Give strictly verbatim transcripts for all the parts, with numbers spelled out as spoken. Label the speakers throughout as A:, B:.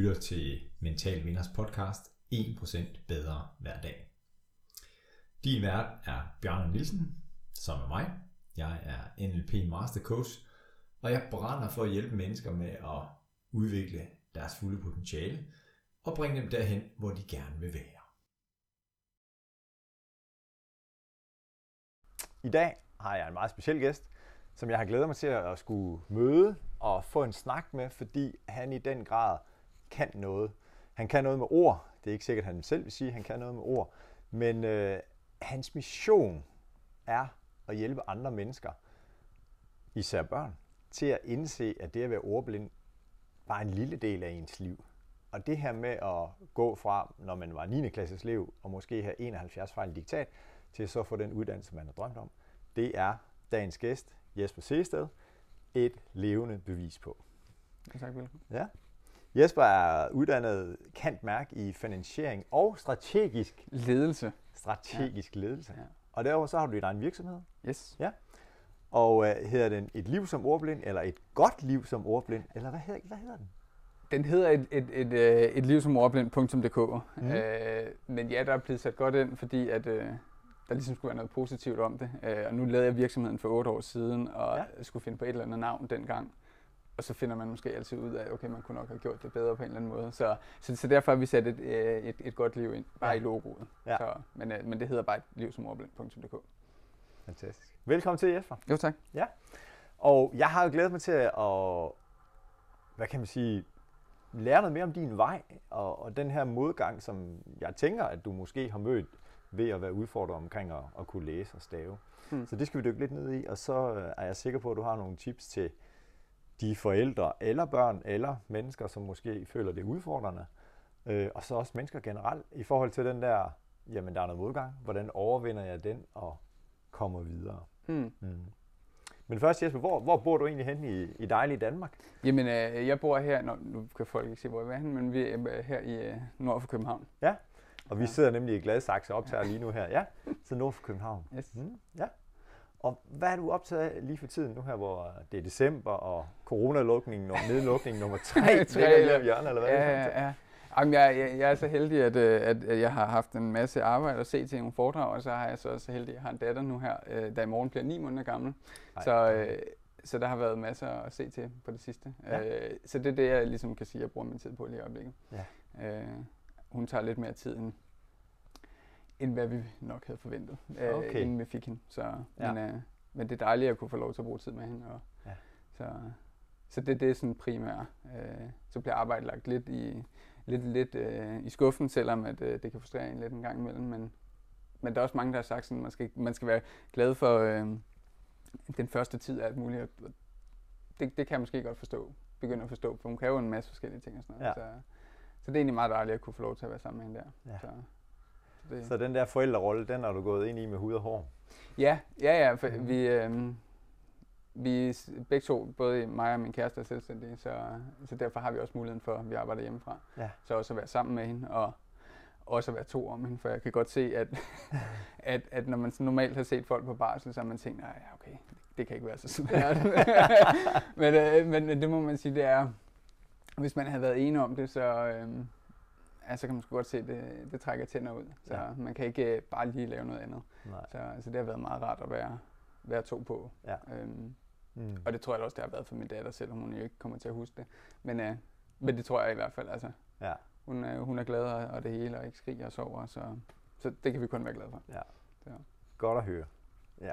A: lytter til Mental Vinders podcast en procent bedre hver dag. Din vært er Bjarne Nielsen, som er mig. Jeg er N L P Master Coach, og jeg brænder for at hjælpe mennesker med at udvikle deres fulde potentiale og bringe dem derhen, hvor de gerne vil være.
B: I dag har jeg en meget speciel gæst, som jeg har glædet mig til at skulle møde og få en snak med, fordi han i den grad kan noget. Han kan noget med ord. Det er ikke sikkert, at han selv vil sige, at han kan noget med ord. Men øh, hans mission er at hjælpe andre mennesker, især børn, til at indse, at det at være ordblind var en lille del af ens liv. Og det her med at gå fra, når man var niende klasses elev, og måske have enoghalvfjerds fejl i diktat, til så få den uddannelse, man har drømt om, det er dagens gæst, Jesper Sehested, et levende bevis på.
C: Tak, velkommen.
B: Ja. Jesper er uddannet cand.merc i finansiering og strategisk
C: ledelse.
B: Strategisk ja. ledelse.
C: Ja.
B: Og derover så har du din egen virksomhed.
C: Yes.
B: Ja. Og uh, hedder den Et liv som ordblind, eller Et godt liv som ordblind, eller hvad hedder, hvad hedder den?
C: Den hedder et, et, et, et, et liv som ordblind punktum d k. Mm. Øh, men ja, der er blevet sat godt ind, fordi at, øh, der ligesom skulle være noget positivt om det. Øh, og nu lavede jeg virksomheden for otte år siden, og ja. skulle finde på et eller andet navn dengang. Og så finder man måske altid ud af, okay, man kunne nok have gjort det bedre på en eller anden måde. Så, så, så derfor har vi sat et, et, et godt liv ind, bare ja. i logoet. Ja. Så, men, men det hedder bare et liv som ordblind punktum d k.
B: Fantastisk. Velkommen til, Jesper.
C: Jo, tak.
B: Ja. Og jeg har jo glædet mig til at, hvad kan man sige, lære noget mere om din vej, og, og den her modgang, som jeg tænker, at du måske har mødt ved at være udfordret omkring at, at kunne læse og stave. Hmm. Så det skal vi dykke lidt ned i, og så er jeg sikker på, at du har nogle tips til de forældre eller børn eller mennesker, som måske føler det udfordrende, øh, og så også mennesker generelt, i forhold til den der, jamen der er noget modgang, hvordan overvinder jeg den og kommer videre. Hmm. Hmm. Men først, Jesper, hvor, hvor bor du egentlig hen i, i dejlige Danmark?
C: Jamen, øh, jeg bor her, nå, nu kan folk ikke se, hvor jeg er henne, men vi er her i øh, nord for København.
B: Ja, og vi ja. sidder nemlig i Gladsaxe og optager ja. lige nu her. Ja, så nord for København.
C: Yes.
B: Mm, ja. Og hvad er du optaget af lige for tiden nu her, hvor det er december og coronalukningen og nedlukningen nummer tre?
C: tre
B: ligger i hjørnet, eller hvad?
C: Ja, ja, ja. Jamen, jeg, jeg, jeg er så heldig, at, at, at jeg har haft en masse arbejde at se til nogle foredrag, og så har jeg så også så heldig, at jeg har en datter nu her, der i morgen bliver ni måneder gammel. Så, så der har været masser at se til på det sidste. Ja. Så det er det, jeg ligesom kan sige, jeg bruger min tid på lige i øjeblikket. Ja. Hun tager lidt mere tid, end, end hvad vi nok havde forventet, okay. inden vi fik hende. Så, ja. men, men det er dejligt at kunne få lov til at bruge tid med hende. Og, ja. Så, så det, det er sådan primært. Så bliver arbejdet lagt lidt i... lidt, lidt øh, i skuffen, selvom at, øh, det kan frustrere en lidt en gang imellem. Men, men der er også mange, der har sagt, at man skal, man skal være glad for øh, den første tid af alt muligt. Det, det kan jeg måske godt forstå, begynde at forstå, for hun kan jo en masse forskellige ting og sådan noget. Ja. Så, så det er egentlig meget dejligt at kunne få lov til at være sammen med hende der. Ja. Så,
B: så, det, så den der forældrerolle, den har du gået ind i med hud og hår?
C: Ja, ja, ja. For mm. vi... Øh, Vi begge to, både mig og min kæreste, er selvstændige, så, så derfor har vi også muligheden for, at vi arbejder hjemmefra. Ja. Så også at være sammen med hende, og også at være to om hende, for jeg kan godt se, at, at, at når man normalt har set folk på barsel, så har man tænkt, nej, okay, det, det kan ikke være så svært. men, øh, men det må man sige, det er, hvis man havde været enig om det, så, øh, ja, så kan man sgu godt se, at det, det trækker tænder ud. Så ja. Man kan ikke bare lige lave noget andet. Så altså, det har været meget rart at være, være to på. Ja. Øhm, Mm. Og det tror jeg også, det har været for min datter, selvom hun jo ikke kommer til at huske det. Men, øh, men det tror jeg i hvert fald. Altså, ja. hun, øh, hun er glad og det hele, og ikke skriger og sover, så, så det kan vi kun være glade for.
B: Ja. Så. Godt at høre. Ja.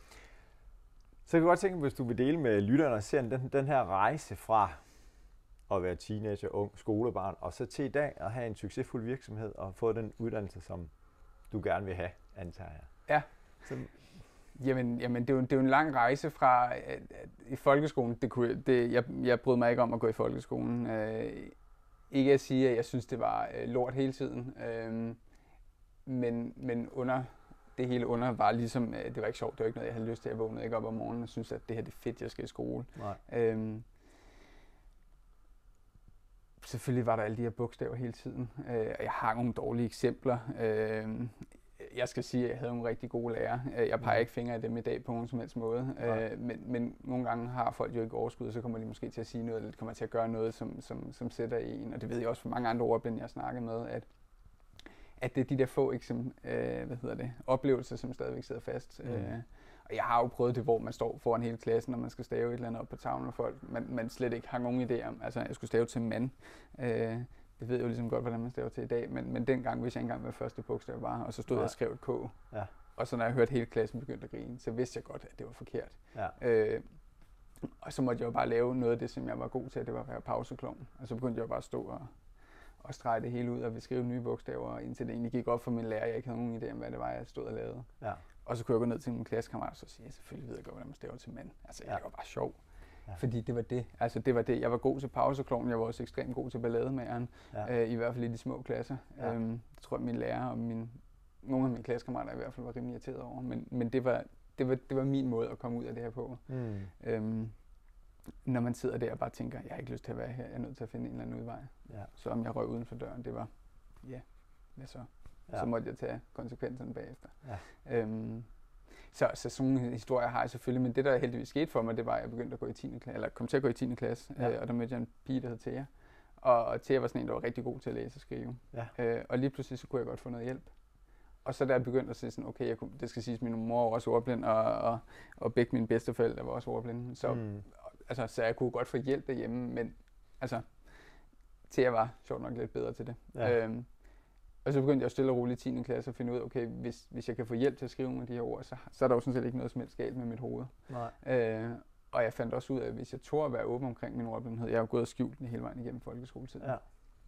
B: Så jeg kan godt tænke, hvis du vil dele med lytterne og se den, den her rejse fra at være teenager, ung, skolebarn, og så til i dag at have en succesfuld virksomhed og få den uddannelse, som du gerne vil have, antager jeg.
C: Ja. Så, Jamen, jamen det, er jo, det er jo en lang rejse fra at, at, i folkeskolen. Det kunne, det, jeg, jeg brød mig ikke om at gå i folkeskolen. Øh, ikke at sige, at jeg synes, det var øh, lort hele tiden. Øh, men, men under det hele under var ligesom, øh, det var ikke sjovt. Det var ikke noget, jeg havde lyst til. Jeg vågnede ikke op om morgenen og synes, at det her det er fedt, jeg skal i skole. Øh, selvfølgelig var der alle de her bogstaver hele tiden. Øh, jeg har nogle dårlige eksempler. Øh, jeg skal sige, at jeg havde nogle rigtig gode lærere. Jeg peger ikke fingre af dem i dag på nogen som helst måde. Ja. Men, men nogle gange har folk jo ikke overskud, og så kommer de måske til at sige noget, eller kommer til at gøre noget, som, som, som sætter i en. Og det ved jeg også for mange andre ordblinde, jeg har snakket med, at, at det er de der få eksem, øh, hvad hedder det, oplevelser, som stadigvæk sidder fast. Mm. Øh, og jeg har jo prøvet det, hvor man står foran hele klassen, når man skal stave et eller andet op på tavlen, og folk, man, man slet ikke har nogen idé om. Altså, jeg skulle stave til mand. Øh, Det ved jeg jo ligesom godt, hvordan man staver til i dag, men, men dengang vidste jeg ikke engang, hvad første bogstav var, og så stod ja. jeg og skrev et K. Ja. Og så når jeg hørte hele klassen begynde at grine, så vidste jeg godt, at det var forkert. Ja. Øh, og så måtte jeg jo bare lave noget af det, som jeg var god til, at det var at være pauseklovn. Og så begyndte jeg bare at stå og, og strege det hele ud og beskrive nye bogstaver, indtil det egentlig gik op for min lærer. Jeg ikke havde nogen idé om, hvad det var, jeg stod og lavede. Ja. Og så kunne jeg gå ned til min klassekammerat og så sige, ja, selvfølgelig ved jeg godt, hvordan man staver til mand. Altså, ja. Jeg var bare sjov. Ja. Fordi det var det. Altså det var det. Jeg var god til pauseklovnen, jeg var også ekstremt god til ballademageren, ja. øh, i hvert fald i de små klasser. Ja. Øhm, det tror jeg, mine lærere og min, nogle af mine klassekammerater i hvert fald var rimelig irriteret over. Men, men det, var, det, var, det var min måde at komme ud af det her på. Mm. Øhm, når man sidder der og bare tænker, jeg har ikke lyst til at være her, jeg er nødt til at finde en eller anden udvej. Ja. Så om jeg røg uden for døren, det var, ja, hvad så? Ja. Så måtte jeg tage konsekvenserne bagefter. Ja. Øhm, Så, så sådan nogle historier har jeg selvfølgelig, men det der heldigvis skete for mig, det var, at jeg begyndte at gå i tiende klasse, eller kom til at gå i tiende klasse, ja. øh, og der mødte jeg en pige, der hed Thea. Og, og Thea var sådan en, der var rigtig god til at læse og skrive. Ja. Øh, og lige pludselig så kunne jeg godt få noget hjælp. Og så da jeg begyndte at sige sådan, okay, jeg kunne, det skal siges, min mor var også ordblind, og, og, og begge mine bedsteforældre var også ordblinde. Så, mm. altså, så jeg kunne godt få hjælp derhjemme, men altså, Thea var sjovt nok lidt bedre til det. Ja. Øhm, Og så begyndte jeg stille og roligt i tiende klasse at finde ud af, okay, hvis, hvis jeg kan få hjælp til at skrive nogle af de her ord, så, så er der jo sådan set ikke noget som helst galt med mit hoved. Nej. Øh, og jeg fandt også ud af, at hvis jeg tog at være åben omkring min ordblindhed, jeg har jo gået og skjult den hele vejen igennem folkeskoletiden, ja.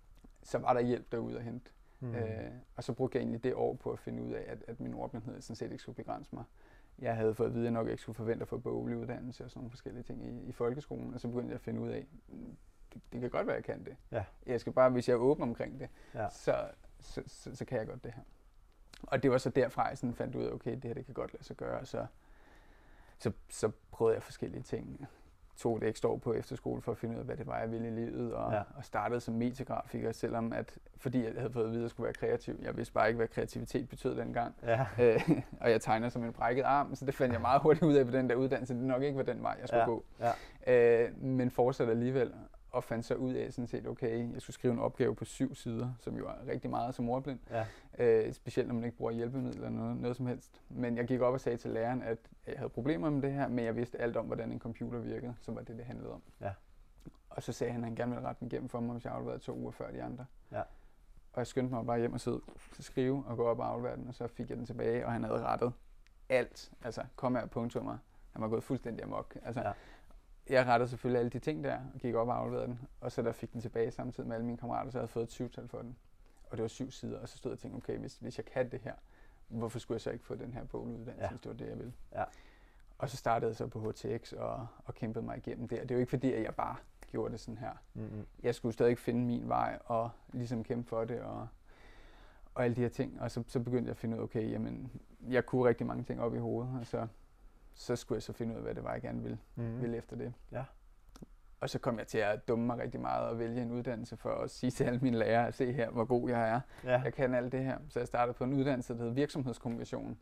C: Så var der hjælp derude at hente. Mm. Øh, og så brugte jeg egentlig det år på at finde ud af, at, at min ordblindhed sådan set ikke skulle begrænse mig. Jeg havde fået at vide, at jeg nok ikke skulle forvente at få boglig uddannelse og sådan nogle forskellige ting i, i folkeskolen, og så begyndte jeg at finde ud af, det, det kan godt være, at jeg kan det. Ja. Jeg skal bare, hvis jeg er åben omkring det, ja. så Så, så, så kan jeg godt det her. Og det var så derfra, jeg sådan fandt ud af, okay, det her det kan godt lade sig gøre. Så, så, så prøvede jeg forskellige ting. Tog et ekstra år på efterskole for at finde ud af, hvad det var, jeg ville i livet. Og, ja. og startede som mediegrafiker, selvom at, fordi jeg havde fået at vide, at jeg skulle være kreativ. Jeg vidste bare ikke, hvad kreativitet betød dengang. Ja. Øh, og jeg tegner som en brækket arm, så det fandt jeg meget hurtigt ud af på den der uddannelse. Det nok ikke var den vej, jeg skulle ja. gå. Ja. Øh, men fortsatte alligevel. Og fandt så ud af sådan set, okay, jeg skulle skrive en opgave på syv sider, som jo er rigtig meget som ordblind. Ja. Øh, specielt når man ikke bruger hjælpemidler eller noget, noget som helst. Men jeg gik op og sagde til læreren, at jeg havde problemer med det her, men jeg vidste alt om, hvordan en computer virkede, som var det, det handlede om. Ja. Og så sagde han, at han gerne ville rette den igennem for mig, hvis jeg afleverede to uger før de andre. Ja. Og jeg skyndte mig bare hjem og sidde og skrive og gå op og aflevere den, og så fik jeg den tilbage, og han havde rettet alt. Altså, komma og punktummer. Han var gået fuldstændig amok. Altså, ja. Jeg rettede selvfølgelig alle de ting der, og gik op og afleverede den, og så der fik den tilbage samtidig med alle mine kammerater, så jeg havde fået et syvtal for den. Og det var syv sider, og så stod jeg og tænkte, okay, hvis, hvis jeg kan det her, hvorfor skulle jeg så ikke få den her boguddannelse, ja. hvis det var det, jeg ville. Ja. Og så startede jeg så på H T X og, og kæmpede mig igennem det. Det er jo ikke fordi, at jeg bare gjorde det sådan her. Mm-hmm. Jeg skulle stadig finde min vej og ligesom kæmpe for det og, og alle de her ting. Og så, så begyndte jeg at finde ud af, okay, jamen, jeg kunne rigtig mange ting op i hovedet, og så så skulle jeg så finde ud af, hvad det var, jeg gerne ville, mm. ville efter det. Ja. Og så kom jeg til at dumme mig rigtig meget og vælge en uddannelse for at sige til alle mine lærere, at se her, hvor god jeg er. Ja. Jeg kan alt det her. Så jeg startede på en uddannelse, der hedder virksomhedskommunikation.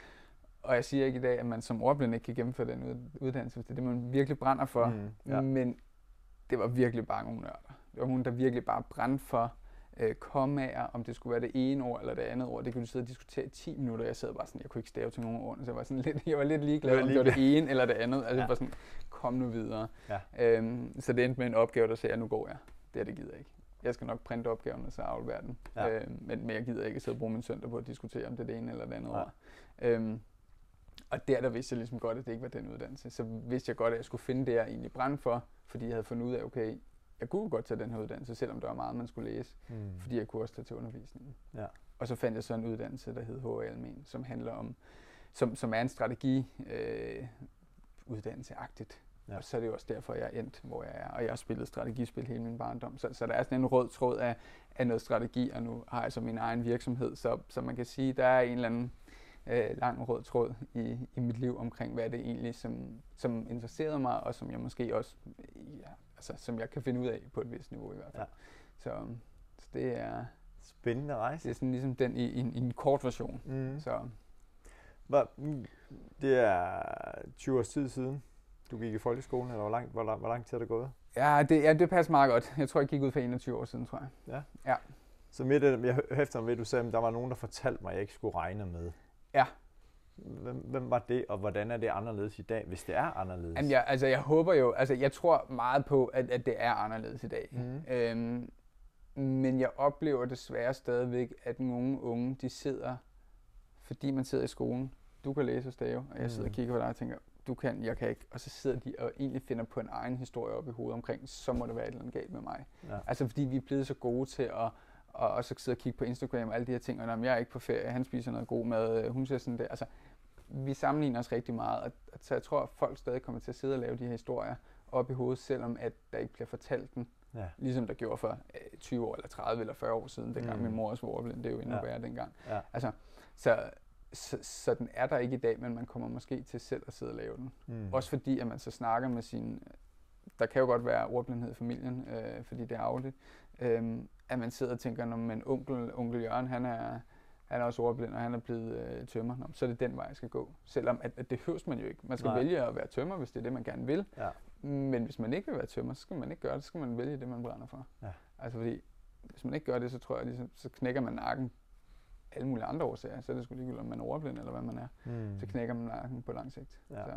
C: Og jeg siger ikke i dag, at man som ordblind ikke kan gennemføre den uddannelse, hvis det er det, man virkelig brænder for. Mm. Ja. Men det var virkelig bare nogle nørder. Det var nogen, der virkelig bare brændte for øh, kommaer, om det skulle være det ene ord eller det andet ord. Det kunne du sidde og diskutere i ti minutter. Jeg sad bare sådan, jeg kunne ikke stave til nogen ord, så jeg var, sådan lidt, jeg var lidt ligeglad, om det var det ene eller det andet. Altså ja. Jeg var sådan, kom nu videre. Ja. Øhm, så det endte med en opgave, der sagde, nu går jeg. Det her, det gider jeg ikke. Jeg skal nok printe opgaven og så aflevere den. Ja. Øhm, men, men jeg gider ikke sidde og bruge min søndag på at diskutere, om det er det ene eller det andet ja. ord. Øhm, og der, der vidste jeg ligesom godt, at det ikke var den uddannelse. Så vidste jeg godt, at jeg skulle finde det, jeg egentlig brændte for, fordi jeg havde fundet ud af, okay, jeg kunne godt tage den her uddannelse, selvom der var meget, man skulle læse, mm. fordi jeg kunne også tage til undervisningen. Ja. Og så fandt jeg så en uddannelse, der hed H R Almen, som handler om, som, som er en strategi øh, uddannelseagtigt. Ja. Og så er det jo også derfor, jeg er endt, hvor jeg er. Og jeg har spillet strategispil hele min barndom. Så, så der er sådan en rød tråd af, af noget strategi, og nu har jeg så min egen virksomhed. Så, så man kan sige, der er en eller anden øh, lang rød tråd i, i mit liv omkring, hvad det egentlig, som, som interesserede mig, og som jeg måske også, ja, altså, som jeg kan finde ud af på et vist niveau i hvert fald. Ja. Så, så det er...
B: Spændende rejse.
C: Det er sådan ligesom den i, i, en, i en kort version.
B: Mm.
C: Så.
B: Hvor, det er tyve års tid siden, du gik i folkeskolen, eller hvor lang, hvor lang, hvor lang tid er det gået?
C: Ja, det, ja, det passer meget godt. Jeg tror, jeg gik ud for enogtyve år siden, tror jeg.
B: Ja?
C: Ja.
B: Så midt af, jeg hæfter mig ved, at du sagde, at der var nogen, der fortalte mig, at jeg ikke skulle regne med.
C: Ja.
B: Hvem, hvem var det, og hvordan er det anderledes i dag, hvis det er anderledes?
C: Jamen, jeg, altså, jeg håber jo, altså, jeg tror meget på, at, at det er anderledes i dag.
B: Mm.
C: Øhm, men jeg oplever desværre stadigvæk, at nogle unge, de sidder, fordi man sidder i skolen, du kan læse og stave, og jeg sidder mm. og kigger på dig og tænker, du kan, jeg kan ikke, og så sidder de og egentlig finder på en egen historie op i hovedet omkring, så må det være et eller andet galt med mig. Ja. Altså fordi vi er blevet så gode til at og, og så sidde og kigge på Instagram og alle de her ting, og når jeg er ikke på ferie, han spiser noget god mad, hun ser sådan det. Altså, vi sammenligner os rigtig meget, og så jeg tror, at folk stadig kommer til at sidde og lave de her historier op i hovedet, selvom at der ikke bliver fortalt den, ja. Ligesom der gjorde for tyve år eller tredive eller fyrre år siden, dengang mm. min mor også var ordblind, det er jo endnu ja. værre dengang. Ja. Altså, så, så, så den er der ikke i dag, men man kommer måske til selv at sidde og lave den. Mm. Også fordi, at man så snakker med sin... Der kan jo godt være ordblindhed i familien, øh, fordi det er arveligt. Øh, at man sidder og tænker, når man onkel, onkel Jørgen, han er, han er også ordblind, og han er blevet øh, tømrer, nå, så er det den vej, jeg skal gå. Selvom at, at det høres man jo ikke. Man skal Nej. vælge at være tømrer, hvis det er det, man gerne vil. Ja. Men hvis man ikke vil være tømrer, så skal man ikke gøre det. Så skal man vælge det, man brænder for. Ja. Altså fordi, hvis man ikke gør det, så tror jeg, ligesom, så knækker man nakken alle mulige andre årsager. Så er det sgu ligegyldigt, om man er ordblind eller hvad man er. Mm. Så knækker man nakken på lang sigt. Ja. Så.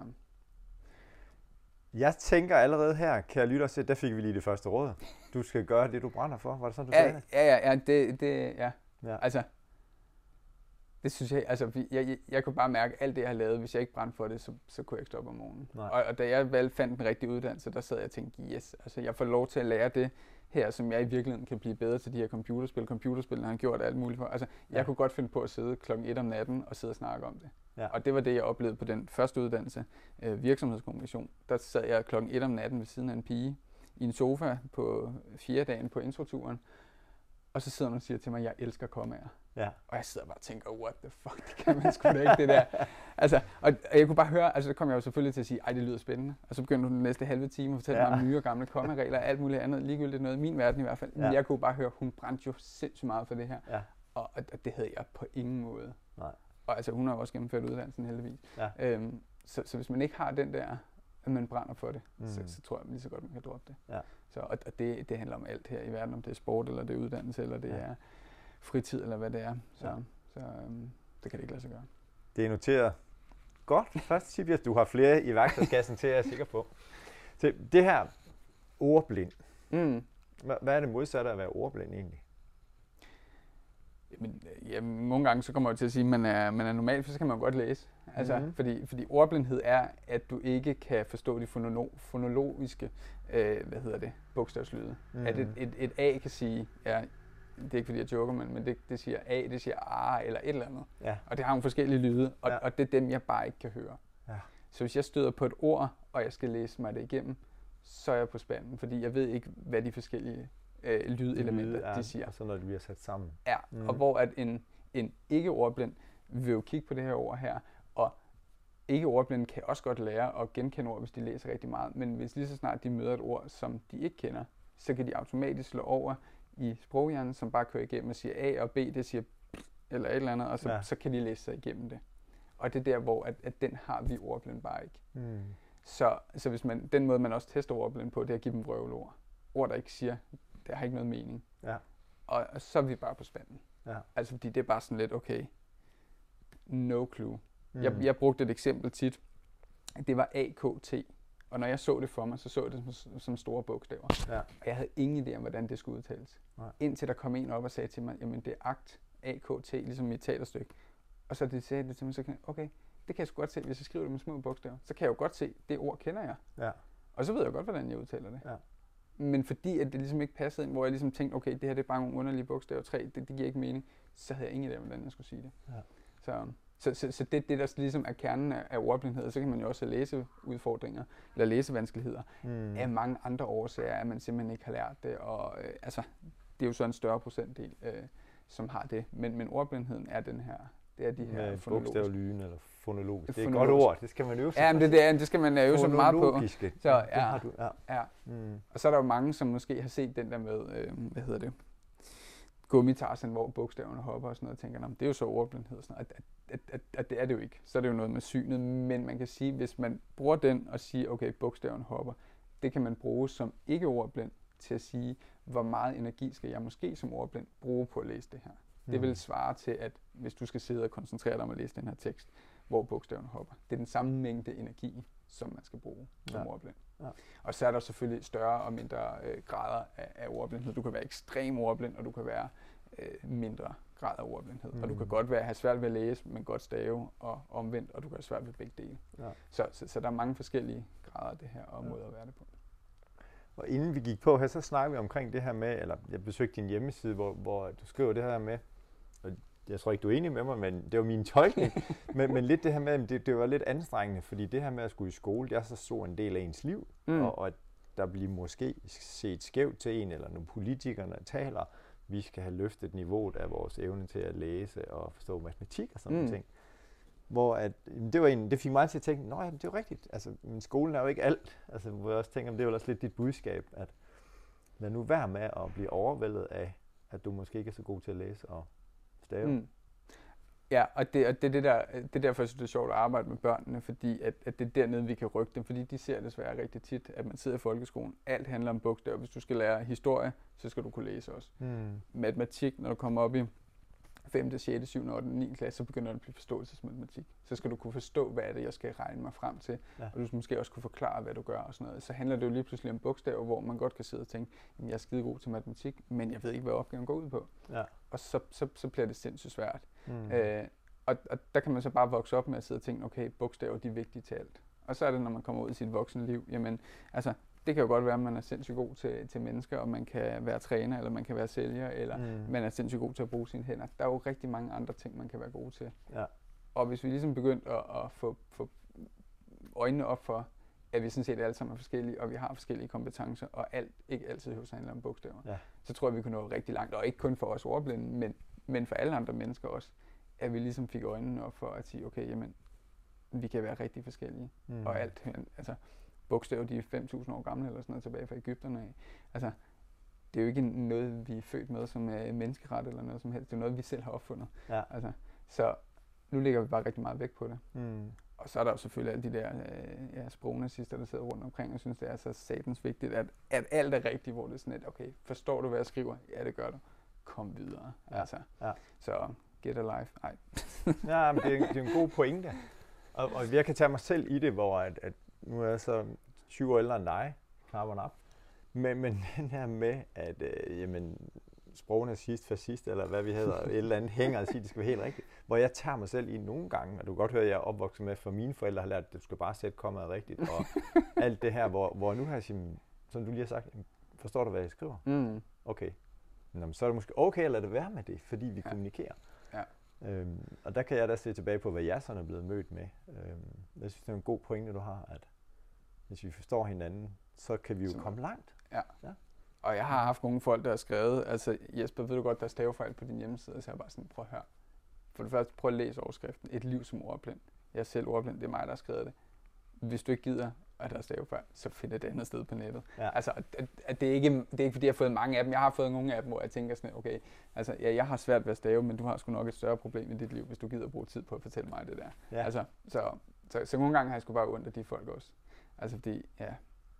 B: Jeg tænker allerede her, kære lytter, se, der fik vi lige det første råd. Du skal gøre det, du brænder for. Var det sådan, du
C: ja,
B: sagde det?
C: Ja, ja, ja, det, det ja.
B: ja.
C: Altså, det synes jeg, altså, jeg, jeg, jeg kunne bare mærke, at alt det, jeg har lavet, hvis jeg ikke brændte for det, så, så kunne jeg ikke stoppe om morgenen. Og, og da jeg valgte, fandt den rigtige uddannelse, der sad jeg og tænkte, yes, altså, jeg får lov til at lære det her, som jeg i virkeligheden kan blive bedre til de her computerspil. Computerspillene har gjort alt muligt for. Altså, jeg ja. kunne godt finde på at sidde klokken et om natten og sidde og snakke om det. Ja. Og det var det, jeg oplevede på den første uddannelse, øh, virksomhedskommunikation. Der sad jeg klokken et om natten ved siden af en pige i en sofa på fjerde dagen på introturen. Og så sidder hun og siger til mig, at jeg elsker kommaer. Ja. Og jeg sidder bare og tænker, what the fuck, det kan man sgu da ikke, det der. Altså, og jeg kunne bare høre, altså så kom jeg jo selvfølgelig til at sige, ej, det lyder spændende. Og så begyndte hun den næste halve time at fortælle ja. mig om nye og gamle kommaregler, alt muligt andet, ligegyldigt noget i min verden i hvert fald. Ja. Men jeg kunne bare høre, hun brændte jo sindssygt meget for det her. Ja. Og, og det havde jeg på ingen måde. Nej. Og altså, hun har også gennemført uddannelsen heldigvis. Ja. Øhm, så, så hvis man ikke har den der, at man brænder for det, mm. så, så tror jeg lige så godt, man kan droppe det. Ja. Så, og og det, det handler om alt her i verden, om det er sport, eller det er uddannelse, eller det ja. er fritid, eller hvad det er. Så, ja. så øhm, det kan det ikke lade sig gøre.
B: Det er noteret. Godt. Første tip, at du har flere i værktøjskassen til, jeg er sikker på. Så det her ordblind. Mm. Hvad er det modsatte af at være ordblind egentlig?
C: Jamen, ja, nogle gange så kommer jeg til at sige, at man er, man er normal, for så kan man jo godt læse. Altså, mm-hmm. fordi, fordi ordblindhed er, at du ikke kan forstå de fonolo- fonologiske øh, hvad hedder det, bogstavslyde. Mm-hmm. At et, et, et A kan sige, ja, det er ikke fordi jeg joker, men, men det, det siger A, det siger A eller et eller andet. Ja. Og det har nogle forskellige lyde, og, ja. og det er dem, jeg bare ikke kan høre. Ja. Så hvis jeg støder på et ord, og jeg skal læse mig det igennem, så er jeg på spanden, fordi jeg ved ikke, hvad de forskellige øh, lydelementer,
B: ja,
C: de siger.
B: Og så når de bliver sat sammen.
C: Ja, mm. og hvor at en, en ikke-ordblind vil jo kigge på det her ord her, og ikke-ordblinde kan også godt lære at genkende ord, hvis de læser rigtig meget, men hvis lige så snart de møder et ord, som de ikke kender, så kan de automatisk slå over i sproghjernen, som bare kører igennem og siger A og B, det siger eller et eller andet, og så, ja. så kan de læse sig igennem det. Og det er der, hvor at, at den har vi ordblinde bare ikke. Mm. Så, så hvis man, den måde, man også tester ordblinde på, det er at give dem vrøvleord. Ord, der ikke siger, det har ikke noget mening. Ja. Og, og så er vi bare på spanden. Ja. Altså fordi det er bare sådan lidt, okay, no clue. Mm. Jeg, jeg brugte et eksempel tit. Det var A K T. Og når jeg så det for mig, så så jeg det som, som store bogstaver. Ja. Og jeg havde ingen idé om, hvordan det skulle udtales. Nej. Indtil der kom en op og sagde til mig, jamen det er akt, A K T, ligesom i et teaterstykke. Og så det sagde det til mig, så kan jeg, okay, det kan jeg sgu godt se, hvis jeg skriver det med små bogstaver. Så kan jeg jo godt se, det ord kender jeg. Ja. Og så ved jeg godt, hvordan jeg udtaler det. Ja. Men fordi at det ligesom ikke passede ind, hvor jeg ligesom tænkte, okay, det her det er bare nogle underlige bogstaver, tre, det, det giver ikke mening, så havde jeg ingen idé om, hvordan jeg skulle sige det. Ja. Så, så, så, så det, det, der ligesom er kernen af, af ordblindhed, og så kan man jo også have læseudfordringer, eller læsevanskeligheder, mm. af mange andre årsager, at man simpelthen ikke har lært det, og øh, altså, det er jo så en større procentdel, øh, som har det, men, men ordblindheden er den her, det er de her
B: fonologiske. Bogstavlyden eller fonologisk. Det er et godt ord, det skal man øve sig.
C: Ja, men det, det, er, det skal man øve sig meget på. Så, ja,
B: det har du, ja.
C: ja. Mm. Og så er der jo mange, som måske har set den der med, øh, hvad hedder det, gummitarsen, hvor bogstaverne hopper og sådan noget, og tænker, det er jo så ordblindhed og sådan noget. At, at, at, at det er det jo ikke. Så er det jo noget med synet, men man kan sige, hvis man bruger den og siger, okay, bogstaverne hopper, det kan man bruge som ikke ordblind til at sige, hvor meget energi skal jeg måske som ordblind bruge på at læse det her. Mm. Det vil svare til, at hvis du skal sidde og koncentrere dig om at læse den her tekst, hvor bogstaverne hopper, det er den samme mængde energi, som man skal bruge som ja. ordblind. Ja. Og så er der selvfølgelig større og mindre øh, grader af, af ordblindhed. Du kan være ekstrem ordblind, og du kan være øh, mindre grad af ordblindhed. Mm. Og du kan godt være, have svært ved at læse, men godt stave og omvendt, og du kan have svært ved begge dele. Ja. Så, så, så der er mange forskellige grader af det her, og ja. måder at være det på.
B: Og inden vi gik på her, så snakkede vi omkring det her med, eller jeg besøgte din hjemmeside, hvor, hvor du skriver det her med, og jeg tror ikke, du er enig med mig, men det var min tolkning, men, men lidt det her med, det, det var lidt anstrengende, fordi det her med at skulle i skole, det er så stor en del af ens liv, mm. og, og at der bliver måske set skævt til en, eller nogle politikerne taler, vi skal have løftet niveauet af vores evne til at læse og forstå matematik og sådan mm. nogle ting. Hvor at, det, var en, det fik mig til at tænke, nej, det er jo rigtigt, altså min skolen er jo ikke alt, altså hvor jeg også tænker, det er jo også lidt dit budskab, at lad nu være med at blive overvældet af, at du måske ikke er så god til at læse og stave. Mm.
C: Ja, og det, og det, det, der, det er derfor, jeg synes, det er sjovt at arbejde med børnene, fordi at, at det er dernede, vi kan rykke dem, fordi de ser desværre rigtig tit, at man sidder i folkeskolen. Alt handler om bogstaver. Hvis du skal lære historie, så skal du kunne læse også. Mm. Matematik, når du kommer op i femte, sjette, syvende, ottende, niende klasse, så begynder det at blive forståelsesmatematik. Så skal du kunne forstå, hvad er det, jeg skal regne mig frem til, ja. og du skal måske også kunne forklare, hvad du gør og sådan noget. Så handler det jo lige pludselig om bogstaver, hvor man godt kan sidde og tænke, jeg er skide god til matematik, men jeg ved ikke, hvad opgaven går ud på. Ja. Og så, så, så bliver det sindssygt svært. Mm. Øh, og, og der kan man så bare vokse op med at sidde og tænke, okay, bogstaver, de er vigtige til alt. Og så er det, når man kommer ud i sit voksenliv, jamen, altså, det kan jo godt være, at man er sindssygt god til, til mennesker, og man kan være træner, eller man kan være sælger, eller mm. man er sindssygt god til at bruge sine hænder. Der er jo rigtig mange andre ting, man kan være god til. Ja. Og hvis vi ligesom begyndte at, at få, få øjnene op for, at vi sådan set alle sammen er forskellige, og vi har forskellige kompetencer, og alt ikke altid hos handler om bogstaver, ja. så tror jeg, vi kunne nå rigtig langt. Og ikke kun for os ordblinde, men, men for alle andre mennesker også, at vi ligesom fik øjnene op for at sige, okay, jamen, vi kan være rigtig forskellige. Mm. Og alt, altså, bogstaver, de er fem tusind år gamle eller sådan noget tilbage fra Egypterne af. Altså, det er jo ikke noget, vi er født med som uh, menneskeret eller noget som helst. Det er noget, vi selv har opfundet. Ja. Altså, så nu lægger vi bare rigtig meget vægt på det. Mm. Og så er der jo selvfølgelig alle de der uh, ja, sprognazister, der sidder rundt omkring og synes, det er så satans vigtigt, at, at alt er rigtigt, hvor det er sådan et, okay, forstår du, hvad jeg skriver? Ja, det gør du. Kom videre. Ja. Altså, ja. Så get a life. Nej.
B: Ja, men det er, det er en god pointe. Og, og jeg kan tage mig selv i det, hvor at, at nu er jeg så tyve år ældre end dig, knap og nap. Men, men den her med, at øh, jamen, sprognazist, fascist, eller hvad vi hedder, et eller andet hænger og siger, det skal være helt rigtigt. Hvor jeg tager mig selv i nogle gange, og du kan godt høre, at jeg er opvokset med, for mine forældre har lært, at du skal bare sætte kommaet rigtigt, og alt det her, hvor, hvor nu har jeg sagt, som du lige har sagt, forstår du, hvad jeg skriver? Mm. Okay. Nå, så er det måske okay at lade det være med det, fordi vi ja. kommunikerer. Ja. Øhm, og der kan jeg da se tilbage på, hvad jeg sådan er blevet mødt med. Øhm, jeg synes, det er en god pointe, du har, at hvis vi forstår hinanden, så kan vi jo så, komme langt.
C: Ja. ja. Og jeg har haft nogle folk, der har skrevet, altså Jesper, ved du godt, der er stavefejl på din hjemmeside? Så jeg bare sådan, prøv at høre. For det første, prøv at læse overskriften. Et liv som ordblind. Jeg er selv ordblind, det er mig, der har skrevet det. Hvis du ikke gider, at der er stavefejl, så find et andet sted på nettet. Ja. Altså, at, at det, er ikke, det er ikke fordi, jeg har fået mange af dem. Jeg har fået nogle af dem, hvor jeg tænker sådan, okay, altså, ja, jeg har svært ved at stave, men du har sgu nok et større problem i dit liv, hvis du gider at bruge tid på at fortælle mig det der. Ja. Altså, så, så, så nogle gange har jeg sgu bare ondt af de folk også. Altså, fordi, ja,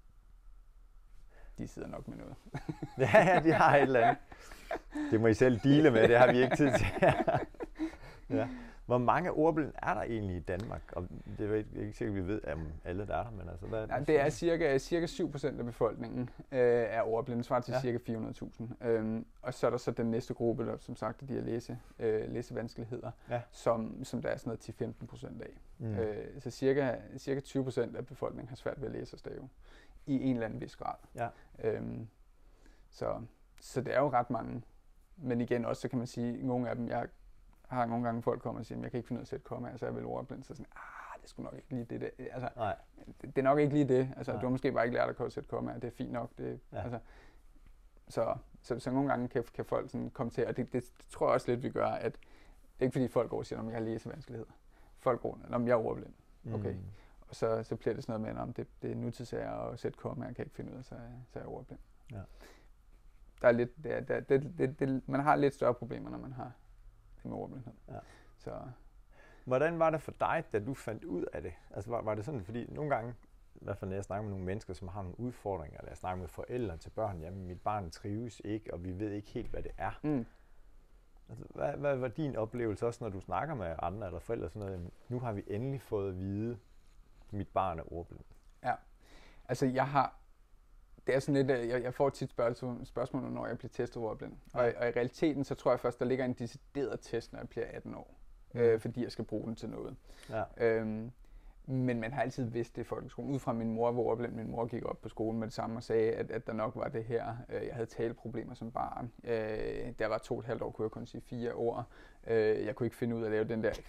C: de sidder nok med noget.
B: Ja, ja, de har et eller andet. Det må I selv deale med, det har vi ikke tid til. Ja. Hvor mange ordblinde er der egentlig i Danmark? Og det er ikke, ikke sikkert, vi ved, om alle der er der, men altså hvad?
C: Ja, det er cirka, cirka syv procent af befolkningen øh, er ordblinde, svarer til ja. cirka fire hundrede tusind. Øhm, og så er der så den næste gruppe, der som sagt de her læse, øh, læsevanskeligheder, ja. som, som der er sådan noget til femten procent af. Mm. Øh, så cirka, cirka tyve procent af befolkningen har svært ved at læse og stave i en eller anden vis grad. Ja. Øhm, så, så det er jo ret mange. Men igen også, så kan man sige, nogle af dem, jeg har nogle gange folk kommer og siger, at jeg kan ikke finde ud af at sætte komma, altså jeg vil ordblind, så sådan, ah, det er sgu nok ikke lige det, det. Altså, det, det er nok ikke lige det, altså Nej. Du har måske bare ikke lært at sætte komma, det er fint nok, det, ja. altså, så, så, så nogle gange kan, kan folk sådan komme til, og det, det, det tror jeg også lidt, vi gør, at det er ikke fordi folk går og siger, at jeg har læsevanskeligheder. Folk går, når jeg er ordblind, okay. Mm. Og så, så bliver det sådan noget med, om det, det er nutidssager at sætte komma, jeg kan ikke finde ud af, så, så er jeg ordblind. Ja. der er lidt, det, er, det, det, det, det, man har lidt større problemer, når man har det med ordblindhed.
B: Ja.
C: Så.
B: Hvordan var det for dig, da du fandt ud af det? Altså var, var det sådan, fordi nogle gange, i hvert fald når jeg snakker med nogle mennesker, som har nogle udfordringer, eller jeg snakker med forældre til børn, jamen mit barn trives ikke, og vi ved ikke helt, hvad det er. Mm. Altså, hvad, hvad var din oplevelse også, når du snakker med andre eller forældre, sådan noget, nu har vi endelig fået at vide, at mit barn er ordblind?
C: Ja, altså jeg har, det er sådan lidt, jeg, jeg får tit spørgsmål, spørgsmål, når jeg bliver testet ordblind. Ja. Og, og i realiteten, så tror jeg først, der ligger en decideret test, når jeg bliver atten år. Mm. Øh, fordi jeg skal bruge den til noget. Ja. Øhm, men man har altid vidst det i folkeskolen. Ud fra min mor var ordblind. Min mor gik op på skolen med det samme og sagde, at, at der nok var det her. Jeg havde taleproblemer som barn. Øh, der var to og et halvt år, kunne jeg kun sige fire ord. Øh, jeg kunne ikke finde ud af at lave den der